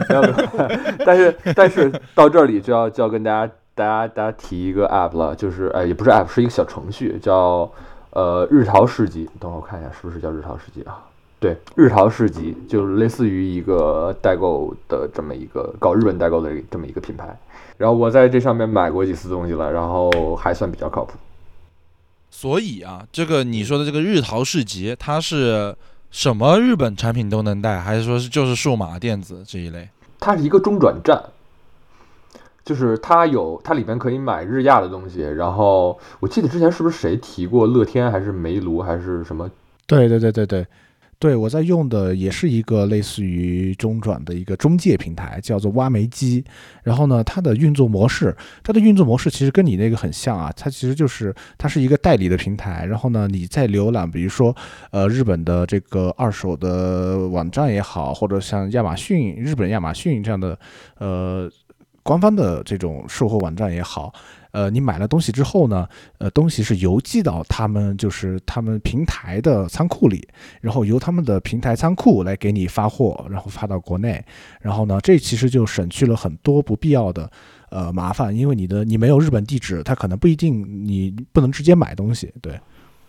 但是到这里就要跟大家提一个 app 了，就是也不是 app， 是一个小程序，叫日淘市集。等会儿我看一下是不是叫日淘市集啊？对，日淘市集就是类似于一个代购的这么一个搞日本代购的这么一个品牌。然后我在这上面买过几次东西了，然后还算比较靠谱。 所以啊，这个你说的这个日淘市集，它是什么日本产品都能带，还是说就是数码电子这一类？ 它是一个中转站，就是它里边可以买日亚的东西。然后我记得之前是不是谁提过乐天还是煤炉还是什么？ 对， 对，我在用的也是一个类似于中转的一个中介平台，叫做挖煤机。然后呢，它的运作模式其实跟你那个很像啊，它其实就是它是一个代理的平台。然后呢，你在浏览，比如说日本的这个二手的网站也好，或者像日本亚马逊这样的官方的这种售后网站也好。你买了东西之后呢，东西是邮寄到他们平台的仓库里，然后由他们的平台仓库来给你发货，然后发到国内。然后呢，这其实就省去了很多不必要的麻烦，因为你没有日本地址，它可能不一定你不能直接买东西。对，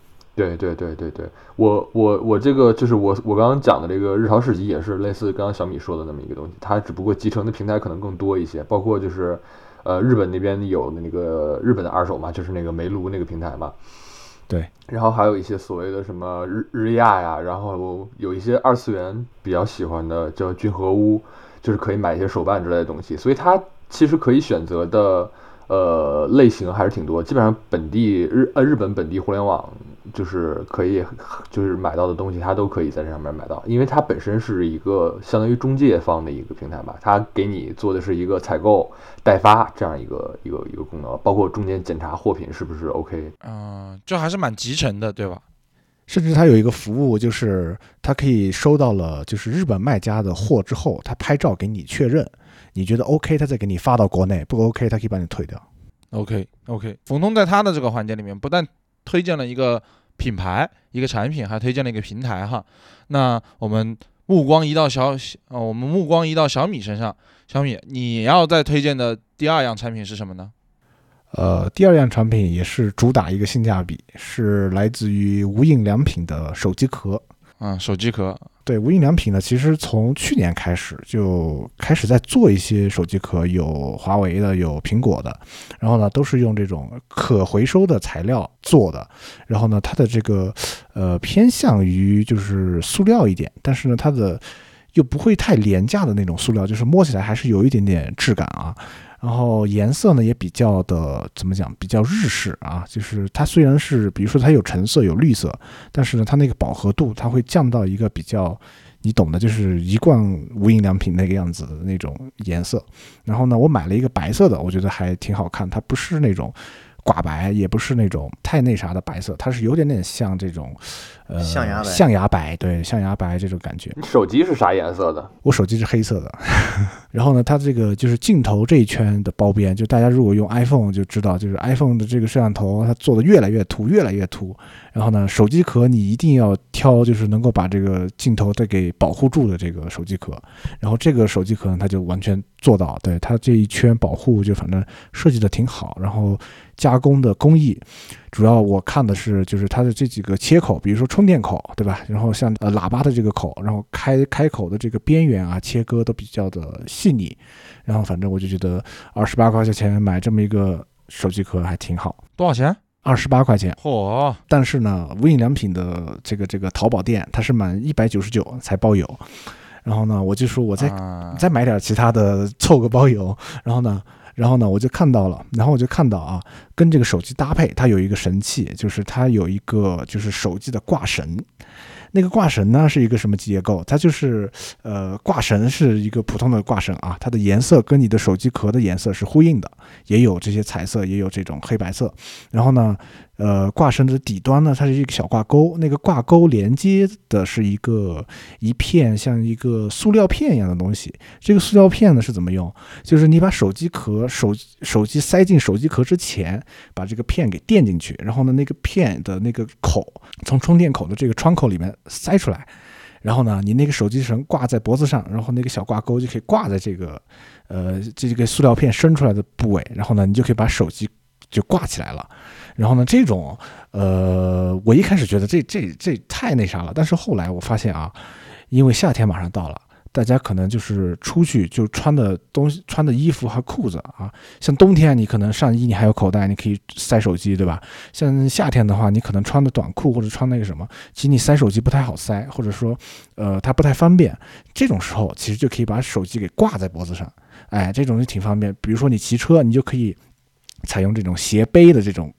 我这个就是我刚刚讲的这个日淘市集也是类似刚刚小米说的那么一个东西，它只不过集成的平台可能更多一些，包括就是日本那边有那个日本的二手嘛，就是那个煤炉那个平台嘛， 对， 然后还有一些所谓的什么日亚呀，然后有一些二次元比较喜欢的叫君和屋，就是可以买一些手办之类的东西，所以它其实可以选择的类型还是挺多，基本上日本本地互联网就是可以就是买到的东西，它都可以在这上面买到，因为它本身是一个相当于中介方的一个平台吧，它给你做的是一个采购代发这样一个功能，包括中间检查货品是不是 OK。 就还是蛮集成的，对吧？ 甚至它有一个服务，就是它可以收到了就是日本卖家的货之后，它拍照给你确认，你觉得 OK， 它再给你发到国内，不 OK， 它可以把你退掉。 OK， 冯通在他的这个环节里面，不但推荐了一个品牌、一个产品，还推荐了一个平台哈。那我们目光移到小米身上，小米你要再推荐的第二样产品是什么呢？ 第二样产品也是主打一个性价比，是来自于无印良品的手机壳。 手机壳。 对，无印良品呢，其实从去年开始就开始在做一些手机壳，有华为的，有苹果的，然后呢都是用这种可回收的材料做的，然后呢它的这个偏向于就是塑料一点，但是呢它的又不会太廉价的那种塑料，就是摸起来还是有一点点质感啊。然后颜色呢也比较的怎么讲，比较日式啊，就是它虽然是比如说它有橙色有绿色，但是呢它那个饱和度它会降到一个比较你懂的，就是一贯无印良品那个样子的那种颜色。然后呢我买了一个白色的，我觉得还挺好看，它不是那种寡白，也不是那种太那啥的白色，它是有点像这种象牙白，对，象牙白这种感觉。 你手机是啥颜色的？ 我手机是黑色的。然后呢它这个就是镜头这一圈的包边，就大家如果用 iPhone 就知道，就是 iPhone 的这个摄像头它做的越来越凸。然后呢手机壳你一定要挑就是能够把这个镜头再给保护住的这个手机壳，然后这个手机壳呢它就完全做到，对，它这一圈保护就反正设计的挺好。然后加工的工艺主要我看的是就是它的这几个切口，比如说充电口，对吧？然后像喇叭的这个口，然后开口的这个边缘啊切割都比较的细腻。然后反正我就觉得28块钱买这么一个手机壳还挺好。 多少钱 ？28块钱。但是呢无印良品的这个淘宝店它是满199才包邮。然后呢我就说我再买点其他的凑个包邮。然后呢我就看到啊，跟这个手机搭配它有一个神器，就是它有一个就是手机的挂绳。那个挂绳呢是一个什么结构？它就是挂绳是一个普通的挂绳啊，它的颜色跟你的手机壳的颜色是呼应的，也有这些彩色，也有这种黑白色。然后呢挂绳的底端呢它是一个小挂钩，那个挂钩连接的是一片像一个塑料片一样的东西。这个塑料片呢是怎么用？就是你把手机塞进手机壳之前，把这个片给垫进去，然后呢那个片的那个口从充电口的这个窗口里面塞出来，然后呢你那个手机绳挂在脖子上，然后那个小挂钩就可以挂在这个塑料片伸出来的部位，然后呢你就可以把手机就挂起来了。然后呢这种我一开始觉得这太那啥了，但是后来我发现啊，因为夏天马上到了，大家可能就是出去就穿的衣服和裤子啊，像冬天你可能上衣你还有口袋，你可以塞手机，对吧？像夏天的话，你可能穿的短裤或者穿那个什么，其实你塞手机不太好塞，或者说它不太方便。这种时候其实就可以把手机给挂在脖子上，这种就挺方便。比如说你骑车，你就可以采用这种斜背的这种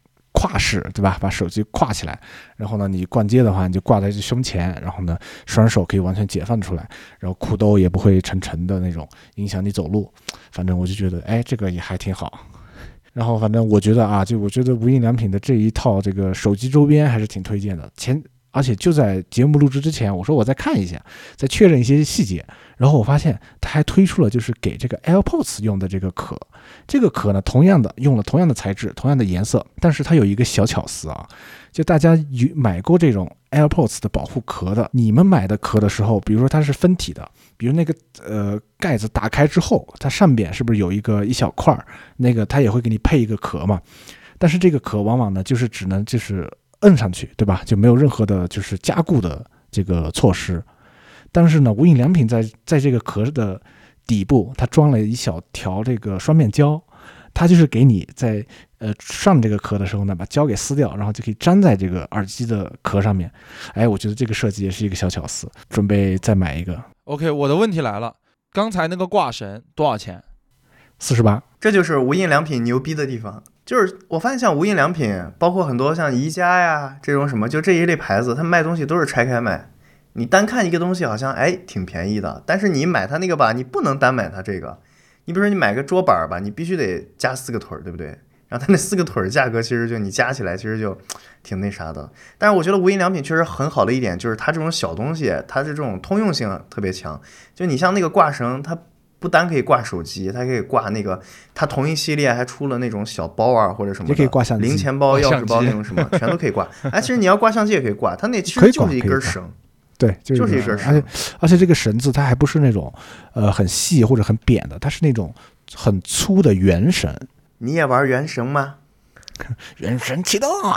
挎式，对吧？把手机挎起来，然后呢，你逛街的话，你就挂在胸前，然后呢，双手可以完全解放出来，然后裤兜也不会沉沉的那种，影响你走路。反正我就觉得，哎，这个也还挺好。然后反正我觉得啊，我觉得无印良品的这一套这个手机周边还是挺推荐的。而且就在节目录制之前，我说我再看一下，再确认一些细节，然后我发现它还推出了就是给这个 AirPods 用的这个壳，这个壳呢用了同样的材质、同样的颜色，但是它有一个小巧思啊，就大家买过这种 AirPods 的保护壳的，你们买的壳的时候，比如说它是分体的，比如那个盖子打开之后，它上边是不是有一小块，那个它也会给你配一个壳嘛？但是这个壳往往呢就是只能就是摁上去，对吧？就没有任何的就是加固的这个措施。但是呢，无印良品在这个壳的底部，它装了一小条这个双面胶，它就是给你在上这个壳的时候呢，把胶给撕掉，然后就可以粘在这个耳机的壳上面。哎，我觉得这个设计也是一个小巧思，准备再买一个。 OK， 我的问题来了，刚才那个挂绳多少钱 ？48。 这就是无印良品牛逼的地方。就是我发现像无印良品，包括很多像宜家呀这种什么，就这一类牌子，它卖东西都是拆开卖。你单看一个东西好像挺便宜的，但是你买它那个吧，你不能单买它这个。你比如说你买个桌板吧，你必须得加4个腿，对不对？然后它那4个腿价格其实就你加起来其实就挺那啥的。但是我觉得无印良品确实很好的一点就是它这种小东西，它是这种通用性特别强。就你像那个挂绳，它不单可以挂手机，它可以挂那个，它同一系列还出了那种小包啊或者什么的， 也可以挂相机、 零钱包、钥匙包那种什么，全都可以挂。其实你要挂相机也可以挂，它那其实就是一根绳。 对， 就是一根绳。 而且这个绳子它还不是那种很细或者很扁的，它是那种很粗的圆绳。 你也玩原绳吗？ 原绳启动啊！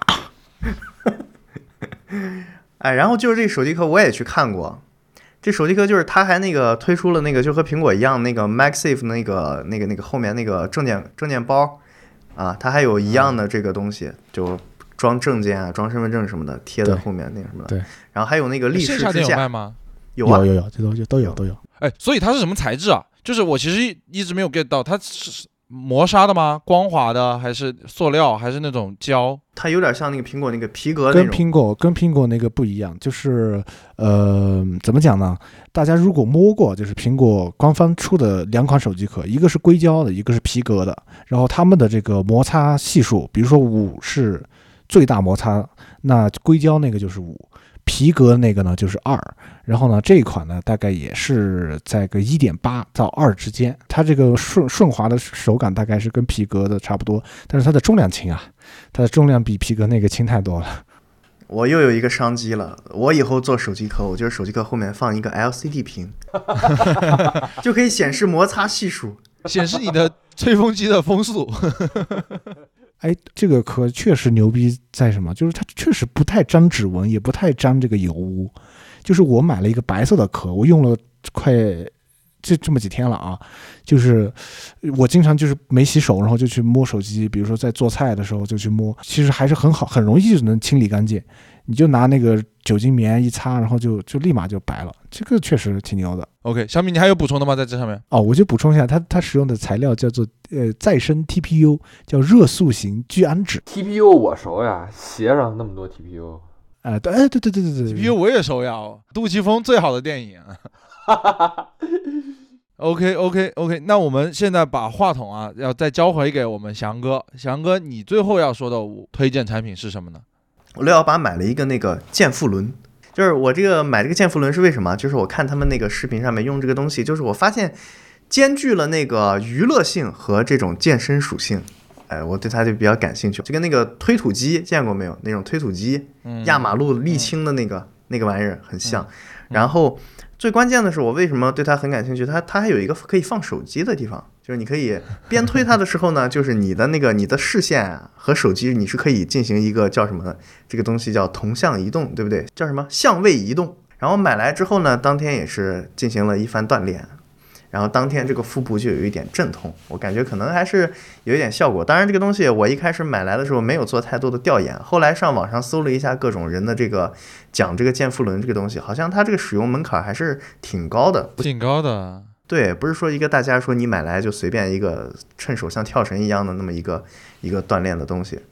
然后就是这手机壳我也去看过。这手机壳就是它还那个推出了那个就和苹果一样那个 MagSafe 那个后面那个证件包啊，它还有一样的这个东西，就装证件啊、装身份证什么的贴在后面那个什么的。 对。 然后还有那个立式支架。 线下店有卖吗？ 有啊， 有，这都有。 哎，所以它是什么材质啊？就是我其实一直没有 get 到，它是磨砂的吗？光滑的还是塑料还是那种胶？ 它有点像那个苹果那个皮革那种。 跟苹果那个不一样，就是怎么讲呢？大家如果摸过，就是苹果官方出的2款手机壳，一个是硅胶的，一个是皮革的，然后它们的这个摩擦系数，比如说5是最大摩擦，那硅胶那个就是5。皮革那个呢就是2，然后呢这一款呢大概也是在个 1.8 到2之间，它这个顺滑的手感大概是跟皮革的差不多，但是它的重量轻啊，它的重量比皮革那个轻太多了。 我又有一个商机了，我以后做手机壳，我就是手机壳后面放一个 LCD 屏，就可以显示摩擦系数， 显示你的吹风机的风速。 哎，这个壳确实牛逼在什么？就是它确实不太沾指纹，也不太沾这个油污。就是我买了一个白色的壳，我用了快这么几天了啊。就是我经常就是没洗手，然后就去摸手机，比如说在做菜的时候就去摸，其实还是很好，很容易就能清理干净。你就拿那个酒精棉一擦，然后就立马就白了，这个确实挺牛的。 OK， 小米你还有补充的吗？在这上面？ 我就补充一下，它使用的材料叫做再生 TPU， 叫热塑型聚氨酯。 TPU 我熟呀，鞋上那么多 TPU。 对 TPU 我也熟呀，杜琪峰最好的电影。OK， 那我们现在把话筒啊要再交回给我们翔哥，翔哥你最后要说的推荐产品是什么呢？ 我618买了一个那个健腹轮，就是我买这个健腹轮是为什么？就是我看他们那个视频上面用这个东西，就是我发现兼具了那个娱乐性和这种健身属性。我对它就比较感兴趣，就跟那个推土机见过没有？那种推土机，压马路沥青的那个玩意儿很像。然后最关键的是，我为什么对它很感兴趣？它还有一个可以放手机的地方，就是你可以边推它的时候呢，就是你的视线和手机你是可以进行一个叫什么呢？这个东西叫同向移动，对不对？叫什么相位移动？然后买来之后呢，当天也是进行了一番锻炼。然后当天这个腹部就有一点阵痛，我感觉可能还是有一点效果。当然这个东西我一开始买来的时候没有做太多的调研，后来上网上搜了一下各种人的这个讲这个健腹轮这个东西，好像它这个使用门槛还是挺高的。 挺高的。 对，不是说一个大家说你买来就随便一个趁手像跳绳一样的那么一个锻炼的东西。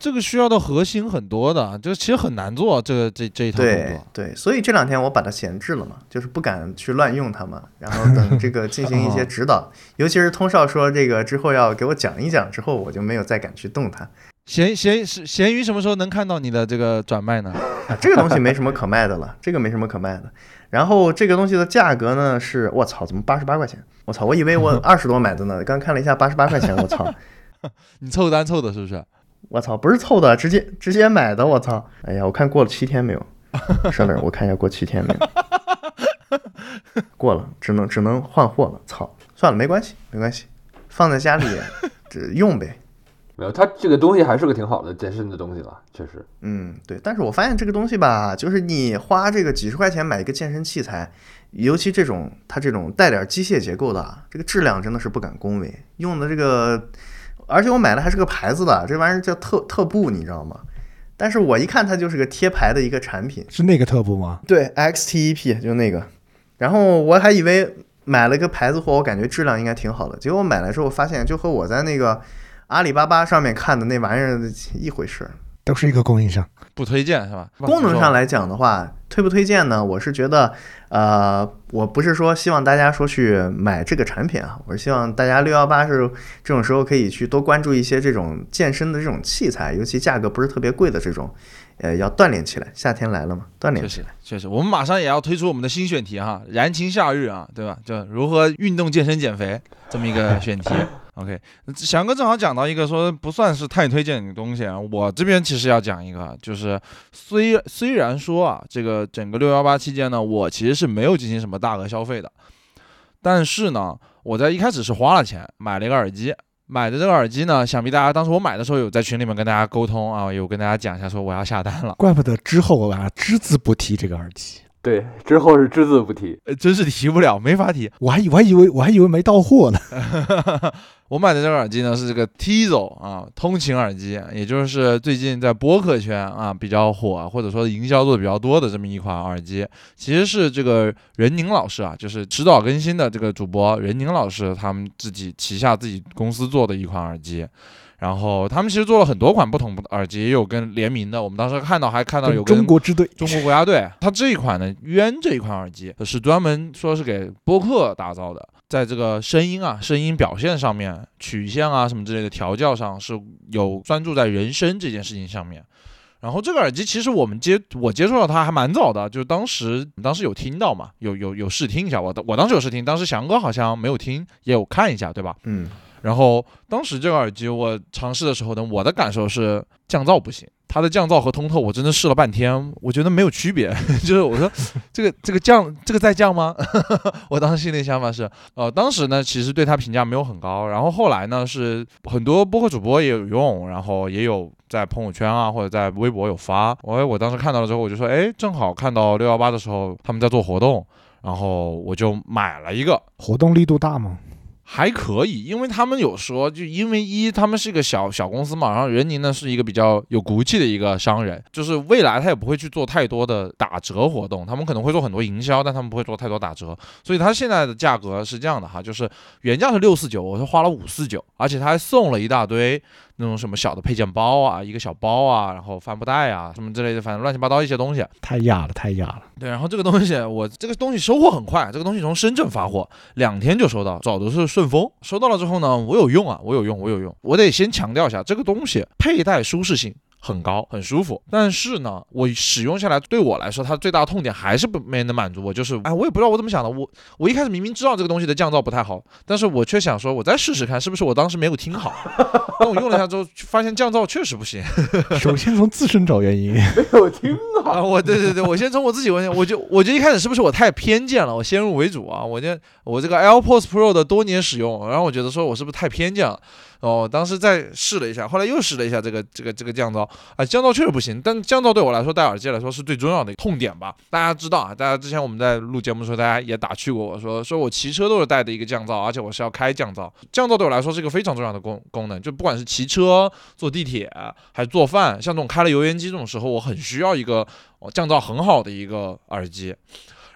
这个需要的核心很多的，这其实很难做，这一套动作。 对，所以这2天我把它闲置了嘛，就是不敢去乱用它嘛，然后等这个进行一些指导，尤其是通少说这个之后要给我讲一讲之后，我就没有再敢去动它。 闲鱼什么时候能看到你的这个转卖呢？ 这个东西没什么可卖的了，这个没什么可卖的。然后这个东西的价格呢是，我操，怎么88块钱？我操，我以为我20多买的呢，刚看了一下88块钱，我操！ 你凑单凑的是不是？ 我操，不是凑的，直接买的，我操！哎呀，我看过了7天没有？稍等，我看一下过7天没有？过了，只能换货了，操！算了，没关系，放在家里用呗。 没有，它这个东西还是个挺好的健身的东西了，确实。 对。但是我发现这个东西吧，就是你花这个几十块钱买一个健身器材，尤其它这种带点机械结构的，这个质量真的是不敢恭维。用的这个，而且我买的还是个牌子的，这玩意儿叫特步，你知道吗？但是我一看它就是个贴牌的一个产品， 是那个特步吗？ 对 ，XTEP 就那个。然后我还以为买了个牌子货，我感觉质量应该挺好的，结果买来之后发现就和我在那个阿里巴巴上面看的那玩意儿一回事， 都是一个供应商， 不推荐是吧？ 功能上来讲的话，推不推荐呢？我是觉得，我不是说希望大家说去买这个产品啊，我是希望大家618是这种时候可以去多关注一些这种健身的这种器材，尤其价格不是特别贵的这种，要锻炼起来。夏天来了嘛，锻炼起来。 确实，我们马上也要推出我们的新选题哈，燃情夏日啊，对吧？就如何运动、健身、减肥这么一个选题。OK， 翔哥正好讲到一个说不算是太推荐的东西啊，我这边其实要讲一个，就是虽然说啊，这个整个618期间呢，我其实是没有进行什么大额消费的，但是呢，我在一开始是花了钱买了一个耳机。买的这个耳机呢，想必大家当时我买的时候有在群里面跟大家沟通啊，有跟大家讲一下说我要下单了， 怪不得之后啊只字不提这个耳机。 对，之后是只字不提， 真是提不了，没法提。 我还以为没到货呢。 我买的这个耳机呢是这个 Tizo 啊，通勤耳机，也就是最近在播客圈啊比较火，或者说营销做的比较多的这么一款耳机。其实是这个任宁老师啊，就是迟早更新的这个主播任宁老师他们自己旗下自己公司做的一款耳机。然后他们其实做了很多款不同的耳机，也有跟联名的。我们当时还看到有跟中国之队、 中国国家队。它这一款呢，渊这一款耳机是专门说是给播客打造的，在这个声音表现上面、曲线啊什么之类的调教上是有专注在人声这件事情上面。然后这个耳机其实我接触到它还蛮早的，就是当时有听到嘛，有试听一下。我当时有试听，当时翔哥好像没有听，也有看一下，对吧？然后当时这个耳机我尝试的时候呢，我的感受是降噪不行，它的降噪和通透我真的试了半天，我觉得没有区别。就是我说这个再降吗？我当时心里想法是，当时呢其实对它评价没有很高，然后后来呢是很多播客主播也有用，然后也有在朋友圈啊或者在微博有发，我当时看到了之后我就说，正好看到618的时候他们在做活动，然后我就买了一个。 活动力度大吗？ 还可以，因为他们有说，就因为他们是一个小公司嘛，然后任宁呢是一个比较有骨气的一个商人，就是未来他也不会去做太多的打折活动，他们可能会做很多营销，但他们不会做太多打折，所以他现在的价格是这样的哈，就是原价是649，我是花了549，而且他还送了一大堆那种什么小的配件包啊，一个小包啊，然后帆布袋啊什么之类的，反正乱七八糟一些东西， 太压了。 对，然后这个东西收货很快，这个东西从深圳发货2天就收到，找的是顺丰，收到了之后呢，我有用，我得先强调一下，这个东西佩戴舒适性很高，很舒服，但是呢，我使用下来对我来说，它最大的痛点还是没能满足我，就是我也不知道我怎么想的，我一开始明明知道这个东西的降噪不太好，但是我却想说，我再试试看，是不是我当时没有听好？但我用了一下之后，发现降噪确实不行。 首先从自身找原因， 没有听好。 对，我先从我自己问题，我就一开始是不是我太偏见了？我先入为主啊！我这个 AirPods Pro 的多年使用，然后我觉得说我是不是太偏见了？当时再试了一下，后来又试了一下这个降噪啊，降噪确实不行。但降噪对我来说，戴耳机来说是最重要的痛点吧。大家知道啊，大家之前我们在录节目的时候，大家也打趣过我说我骑车都是带的一个降噪，而且我是要开降噪。降噪对我来说是一个非常重要的功能，就不管是骑车、坐地铁还是做饭，像这种开了油烟机这种时候，我很需要一个降噪很好的一个耳机。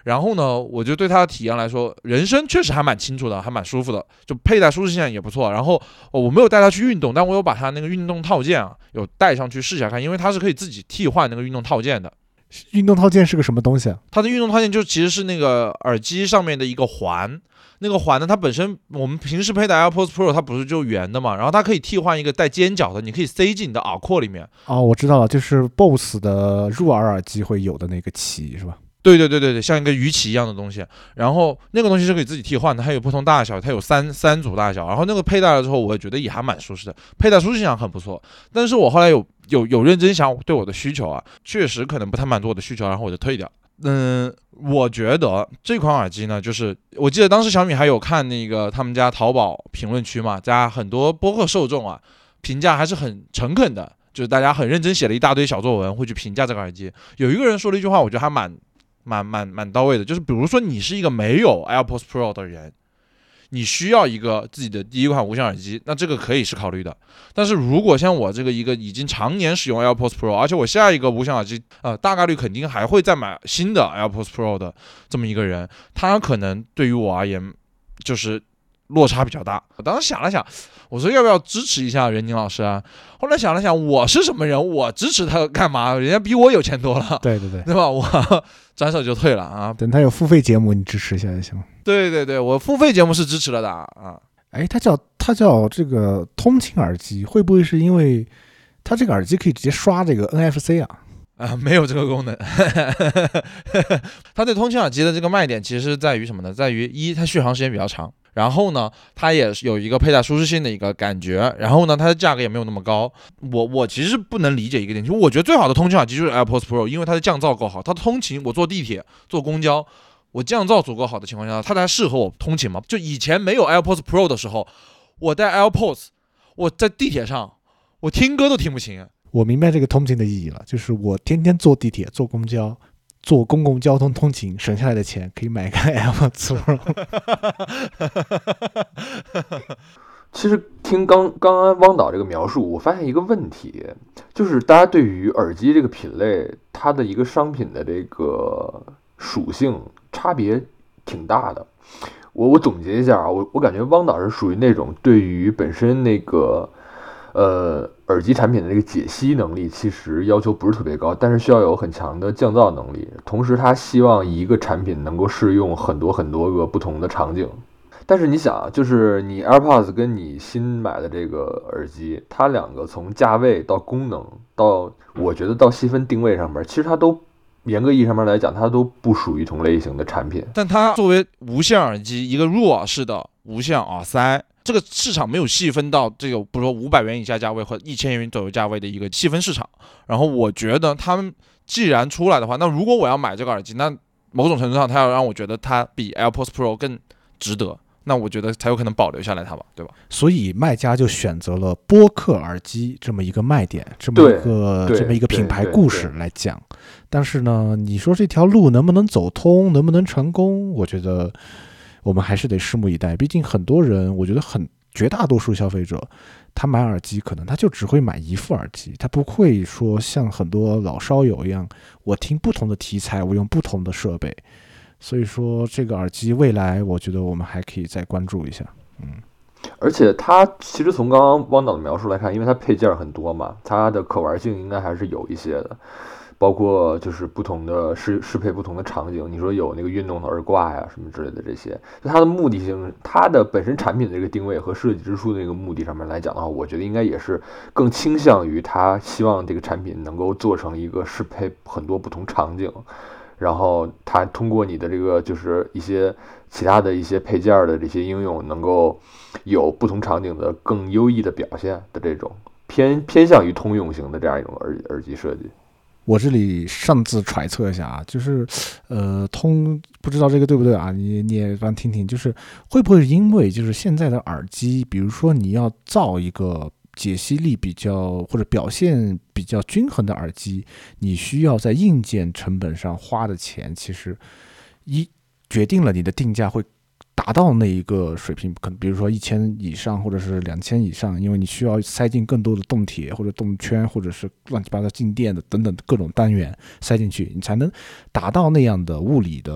然后呢，我就对它的体验来说，人声确实还蛮清楚的，还蛮舒服的，就佩戴舒适性也不错。然后我没有带它去运动，但我有把它那个运动套件啊有带上去试一下看，因为它是可以自己替换那个运动套件的。 运动套件是个什么东西啊？ 它的运动套件就其实是那个耳机上面的一个环，那个环呢，它本身我们平时佩戴 AirPods Pro 它不是就圆的嘛，然后它可以替换一个带尖角的，你可以塞进你的耳廓里面。 哦，我知道了，就是 BOSS 的入耳耳机会有的那个鳍是吧？ 对，像一个鱼鳍一样的东西，然后那个东西是可以自己替换的，它有不同大小，它有三组大小，然后那个佩戴了之后，我觉得也还蛮舒适的，佩戴舒适性很不错。但是我后来有认真想对我的需求啊，确实可能不太满足我的需求，然后我就退掉。我觉得这款耳机呢，就是我记得当时小米还有看那个他们家淘宝评论区嘛，加很多播客受众啊，评价还是很诚恳的，就是大家很认真写了一大堆小作文，会去评价这个耳机。有一个人说了一句话，我觉得还蛮到位的，就是比如说你是一个没有 AirPods Pro 的人，你需要一个自己的第一款无线耳机，那这个可以是考虑的。但是如果像我这个一个已经常年使用 AirPods Pro， 而且我下一个无线耳机大概率肯定还会再买新的 AirPods Pro 的这么一个人，他可能对于我而言就是落差比较大。我当时想了想，我说要不要支持一下任宁老师啊？后来想了想，我是什么人？我支持他干嘛？人家比我有钱多了， 对， 对吧？我转手就退了啊。 等他有付费节目，你支持一下就行。 对，我付费节目是支持了的啊。 哎，它叫这个通勤耳机，会不会是因为它这个耳机可以直接刷这个 NFC 啊？ 没有这个功能。它对通勤耳机的这个卖点其实在于什么呢？在于一，它续航时间比较长，然后呢，它也有一个佩戴舒适性的一个感觉，然后呢，它的价格也没有那么高。我其实不能理解一个点，就是我觉得最好的通勤耳机就是 AirPods Pro， 因为它的降噪够好。它的通勤，我坐地铁、坐公交，我降噪足够好的情况下，它才适合我通勤嘛。就以前没有 AirPods Pro 的时候，我戴 AirPods， 我在地铁上，我听歌都听不清。 我明白这个通勤的意义了，就是我天天坐地铁、坐公交、坐公共交通通勤，省下来的钱可以买个 AirPods Pro。 其实听刚刚汪导这个描述，我发现一个问题，就是大家对于耳机这个品类，它的一个商品的这个属性差别挺大的。我总结一下啊，我感觉汪导是属于那种对于本身那个耳机产品的这个解析能力其实要求不是特别高，但是需要有很强的降噪能力，同时他希望一个产品能够适用很多个不同的场景。但是你想，就是你 AirPods 跟你新买的这个耳机，它两个从价位到功能到我觉得到细分定位上面，其实它都严格意义上面来讲，它都不属于同类型的产品。 但它作为无线耳机，一个入耳式的无线耳塞，这个市场没有细分到这个，比如说500元以下价位和1000元左右价位的一个细分市场。然后我觉得他们既然出来的话，那如果我要买这个耳机，那某种程度上它要让我觉得它比 AirPods Pro 更值得，那我觉得才有可能保留下来它吧，对吧？ 所以卖家就选择了播客耳机这么一个卖点，这么一个品牌故事来讲。但是呢，你说这条路能不能走通，能不能成功，我觉得我们还是得拭目以待。毕竟很多人，我觉得绝大多数消费者，他买耳机可能他就只会买一副耳机，他不会说像很多老烧友一样，我听不同的题材，我用不同的设备。所以说这个耳机未来我觉得我们还可以再关注一下。 而且它其实从刚刚汪导的描述来看，因为它配件很多嘛，它的可玩性应该还是有一些的，包括就是不同的适配不同的场景。你说有那个运动的耳挂呀什么之类的，这些就它的目的性，它的本身产品的这个定位和设计之初的这个目的上面来讲的话，我觉得应该也是更倾向于它希望这个产品能够做成一个适配很多不同场景，然后它通过你的这个就是一些其他的一些配件的这些应用，能够有不同场景的更优异的表现的这种偏向于通用型的这样一种耳机设计。 我这里擅自揣测一下啊，就是不知道这个对不对啊？你也帮听听，就是会不会因为就是现在的耳机，比如说你要造一个解析力比较或者表现比较均衡的耳机，你需要在硬件成本上花的钱，其实决定了你的定价会达到那一个水平，可能比如说1000以上或者是2000以上，因为你需要塞进更多的动铁或者动圈或者是乱七八糟静电的等等各种单元塞进去，你才能达到那样的物理的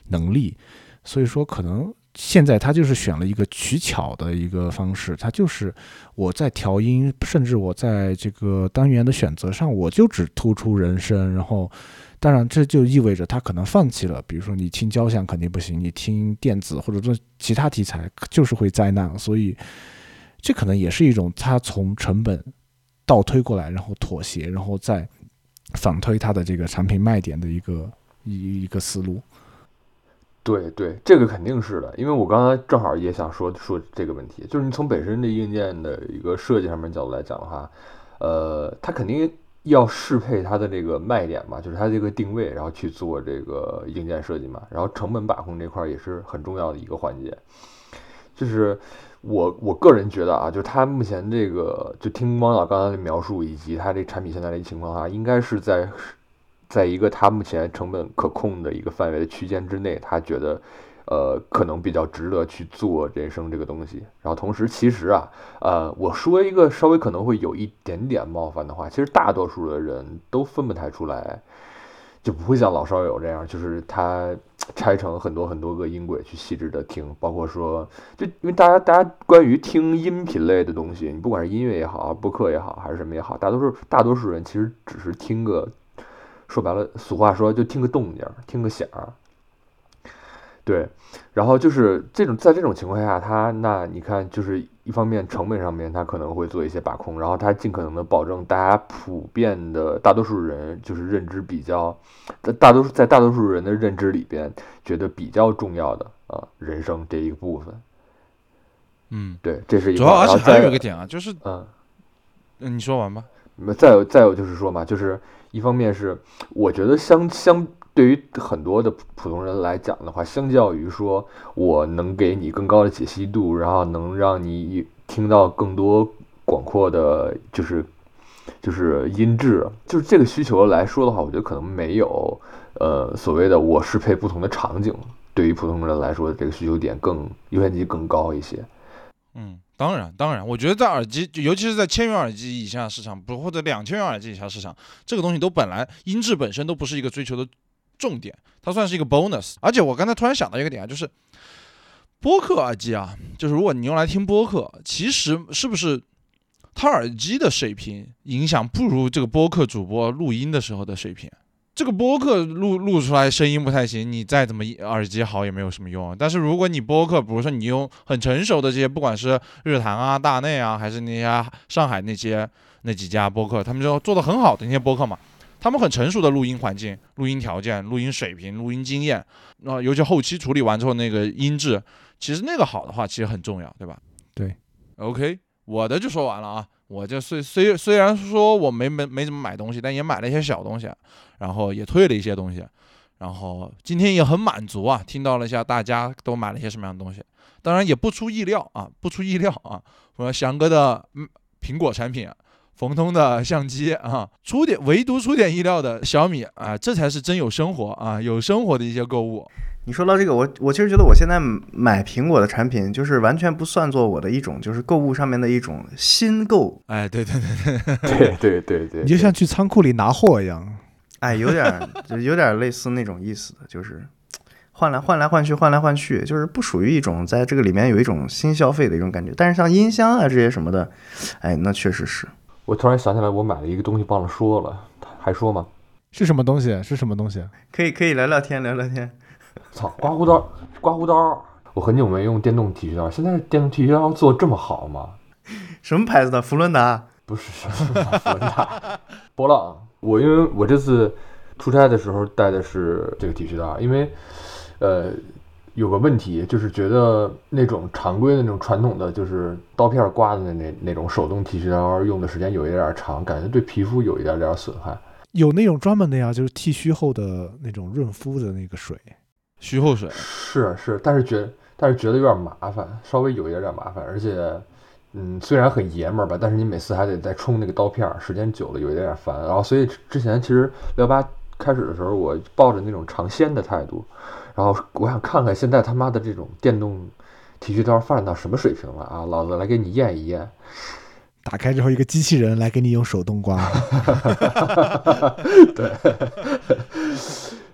能力，所以说可能现在他就是选了一个取巧的一个方式，他就是我在调音，甚至我在这个单元的选择上，我就只突出人声，然后当然这就意味着他可能放弃了，比如说你听交响肯定不行，你听电子或者说其他题材就是会灾难，所以这可能也是一种他从成本倒推过来，然后妥协，然后再反推他的这个产品卖点的一个思路。 对对，这个肯定是的，因为我刚才正好也想说这个问题，就是你从本身的硬件的一个设计上面角度来讲的话，它肯定要适配它的这个卖点嘛，就是它这个定位，然后去做这个硬件设计嘛，然后成本把控这块也是很重要的一个环节。就是我个人觉得啊，就是它目前这个，就听汪导刚才的描述以及它这产品现在的情况下，应该是在一个它目前成本可控的一个范围的区间之内，他觉得可能比较值得去做人声这个东西。然后同时其实啊我说一个稍微可能会有一点点冒犯的话，其实大多数的人都分不太出来，就不会像老少友这样，就是他拆成很多很多个音轨去细致的听，包括说就因为大家关于听音频类的东西，你不管是音乐也好，播客也好，还是什么也好，大多数人其实只是听个，说白了，俗话说就听个动静，听个响。对，然后就是在这种情况下，那你看，就是一方面成本上面他可能会做一些把控，然后他尽可能的保证大家普遍的大多数人就是认知比较，在大多数人的认知里边觉得比较重要的人声这一个部分。对，这是一个。 主要而且还有一个点啊，就是你说完吧。 再有就是说嘛，就是一方面是我觉得相对于很多的普通人来讲的话，相较于说我能给你更高的解析度，然后能让你听到更多广阔的就是音质，就是这个需求来说的话，我觉得可能没有所谓的我适配不同的场景，对于普通人来说这个需求点优先级更高一些。 当然，我觉得在耳机，尤其是在1000元耳机以下市场，或者2000元耳机以下市场，这个东西都本来音质本身都不是一个追求的重点，它算是一个 bonus。而且我刚才突然想到一个点啊，就是播客耳机啊，就是如果你用来听播客，其实是不是它耳机的水平影响不如这个播客主播录音的时候的水平？这个播客录出来声音不太行，你再怎么耳机好也没有什么用。但是如果你播客，比如说你用很成熟的这些，不管是日坛啊、大内啊，还是那些上海那几家播客，他们就做得很好的那些播客嘛，他们很成熟的录音环境、录音条件、录音水平、录音经验，尤其后期处理完之后那个音质，其实那个好的话其实很重要，对吧？ 对 ，OK， 我的就说完了啊。我就虽然说我没怎么买东西，但也买了一些小东西，然后也退了一些东西，然后今天也很满足啊，听到了一下大家都买了一些什么样的东西。当然也不出意料啊，我说翔哥的苹果产品，冯通的相机啊，唯独出点意料的小米啊，这才是真有生活啊，有生活的一些购物。 你说到这个，我其实觉得我现在买苹果的产品，就是完全不算作我的一种，就是购物上面的一种新购。 哎，对， 你就像去仓库里拿货一样。 哎，有点类似那种意思的，就是换来换去，就是不属于一种在这个里面有一种新消费的一种感觉。但是像音箱啊这些什么的，哎，那确实是。 我突然想起来，我买了一个东西忘了说了，还说吗？ 是什么东西？ 可以聊聊天。 操，刮胡刀！我很久没用电动剃须刀，现在电动剃须刀做这么好吗？ 什么牌子的？福伦达？ 不是福伦达，波浪。因为我这次出差的时候带的是这个剃须刀，因为有个问题，就是觉得那种常规的那种传统的就是刀片刮的那种手动剃须刀用的时间有一点长，感觉对皮肤有一点损害。 有那种专门的呀，就是剃须后的那种润肤的那个水。 须后水是，但是觉得有点麻烦，稍微有一点麻烦，而且，虽然很爷们儿吧，但是你每次还得再冲那个刀片，时间久了有一点烦。然后，所以之前其实618开始的时候，我抱着那种尝鲜的态度，然后我想看看现在他妈的这种电动剃须刀发展到什么水平了啊！老子来给你验一验。 打开之后，一个机器人来给你用手动刮。 对。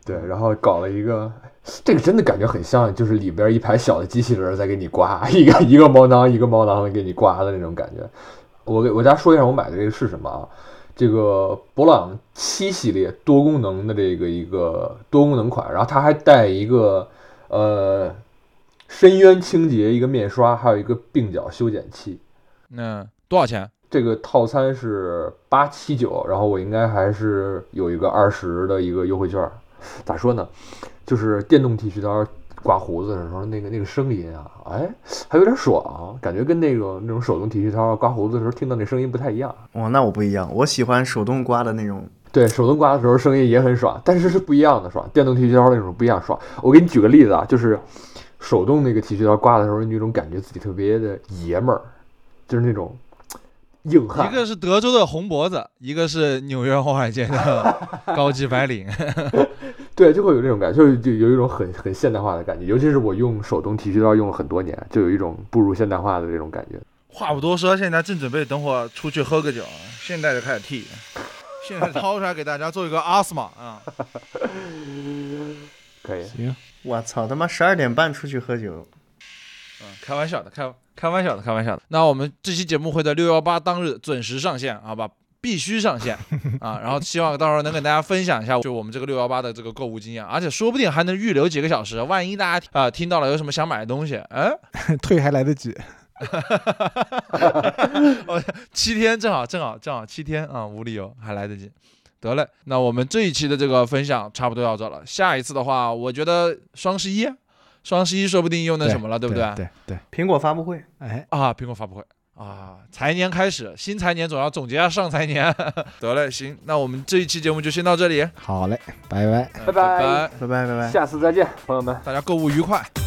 对，然后搞了一个，这个真的感觉很像，就是里边一排小的机器人在给你刮，一个猫囊一个猫囊的给你刮的那种感觉。我给大家说一下我买的这个是什么啊？这个博朗7系列多功能的这个一个多功能款，然后它还带一个深渊清洁一个面刷，还有一个鬓角修剪器。 那多少钱？ 这个套餐是879，然后我应该还是有一个20的一个优惠券。咋说呢？就是电动剃须刀刮胡子的时候，那个声音啊，哎，还有点爽，感觉跟那种手动剃须刀刮胡子的时候听到那声音不太一样。 哇，那我不一样，我喜欢手动刮的那种。 对，手动刮的时候声音也很爽，但是是不一样的爽。电动剃须刀那种不一样爽。我给你举个例子啊，就是手动那个剃须刀刮的时候，你有种感觉自己特别的爷们儿，就是那种硬汉。 一个是德州的红脖子，一个是纽约华尔街的高级白领。 对，就会有这种感觉，就有一种很现代化的感觉。尤其是我用手动剃须刀用了很多年，就有一种步入现代化的这种感觉。 话不多说，现在正准备等会儿出去喝个酒，现在就开始剃。现在掏出来给大家做一个阿斯玛啊！ 可以， 行， 我操，他妈12点半出去喝酒。 开玩笑的，开玩笑的，开玩笑的。那我们这期节目会在618当日准时上线，好吧？必须上线啊！然后希望到时候能跟大家分享一下，就我们这个618的这个购物经验，而且说不定还能预留几个小时，万一大家听到了有什么想买的东西， 退还来得及。 7天正好7天啊，无理由还来得及。得嘞，那我们这一期的这个分享差不多到这了。下一次的话，我觉得双十一说不定又那什么了，对不对？ 对， 苹果发布会， 哎啊，苹果发布会啊，财年开始，新财年总要总结下上财年。得嘞，行，那我们这一期节目就先到这里。 好嘞，拜拜。 拜拜拜， 拜拜拜拜， 下次再见，朋友们。 大家购物愉快。